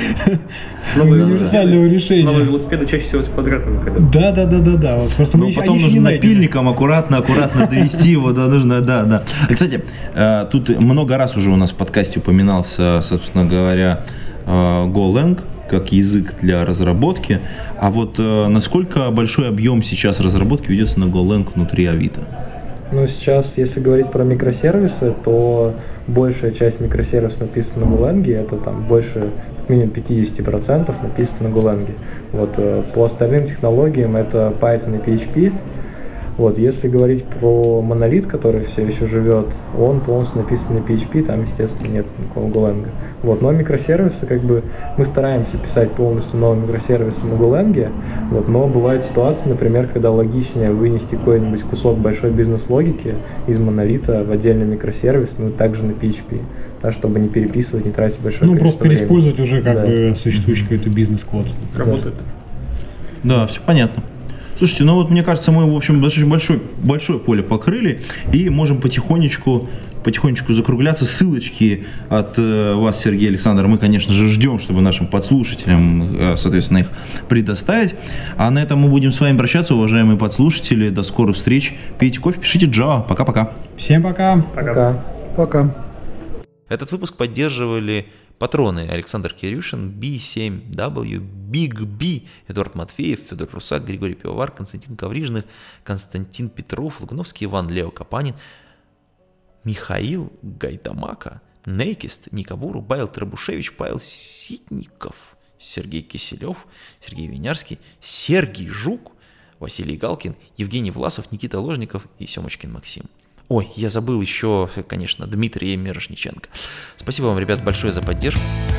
Новые универсального велосипеды- решения. Новые велосипеды чаще всего с квадратными колесами. Да, да, да, да, да. Вот просто мы Но еще, потом они еще не нужно найдены. напильником аккуратно, аккуратно довести его, да, нужно, да, да. А, кстати, э, тут много раз уже у нас в подкасте упоминался, собственно говоря, э, Golang как язык для разработки. А вот э, насколько большой объем сейчас разработки ведется на Golang внутри Авито? Ну, сейчас, если говорить про микросервисы, то большая часть микросервисов написана на Golang, это там больше, как минимум пятьдесят процентов написано на Golang. Вот, э, по остальным технологиям это Python и пи эйч пи. Вот, если говорить про монолит, который все еще живет, он полностью написан на пи эйч пи, там, естественно, нет никакого Golang. Вот, но микросервисы, как бы, мы стараемся писать полностью новые микросервисы на Golang, вот, но бывают ситуации, например, когда логичнее вынести какой-нибудь кусок большой бизнес-логики из монолита в отдельный микросервис, ну, также на пи эйч пи, да, чтобы не переписывать, не тратить большое Ну, количество просто переиспользовать времени. уже как Да. бы существующий какой-то бизнес-код. Работает. Да, все понятно. Слушайте, ну вот мне кажется, мы, в общем, достаточно большое, большое поле покрыли и можем потихонечку, потихонечку закругляться. Ссылочки от э, вас, Сергей, Александр, мы, конечно же, ждем, чтобы нашим подслушателям, э, соответственно, их предоставить. А на этом мы будем с вами прощаться, уважаемые подслушатели. До скорых встреч. Пейте кофе, пишите Java. Пока-пока. Всем пока. Пока. Пока. Этот выпуск поддерживали патроны: Александр Кирюшин, би семь дабл ю, Big B, Эдуард Матфеев, Федор Русак, Григорий Пивовар, Константин Коврижных, Константин Петров, Лугновский Иван, Лео Капанин, Михаил Гайдамака, Нейкист, Никабуру, Павел Трабушевич, Павел Ситников, Сергей Киселев, Сергей Винярский, Сергей Жук, Василий Галкин, Евгений Власов, Никита Ложников и Семочкин Максим. Ой, я забыл еще, конечно, Дмитрия Мирошниченко. Спасибо вам, ребят, большое за поддержку.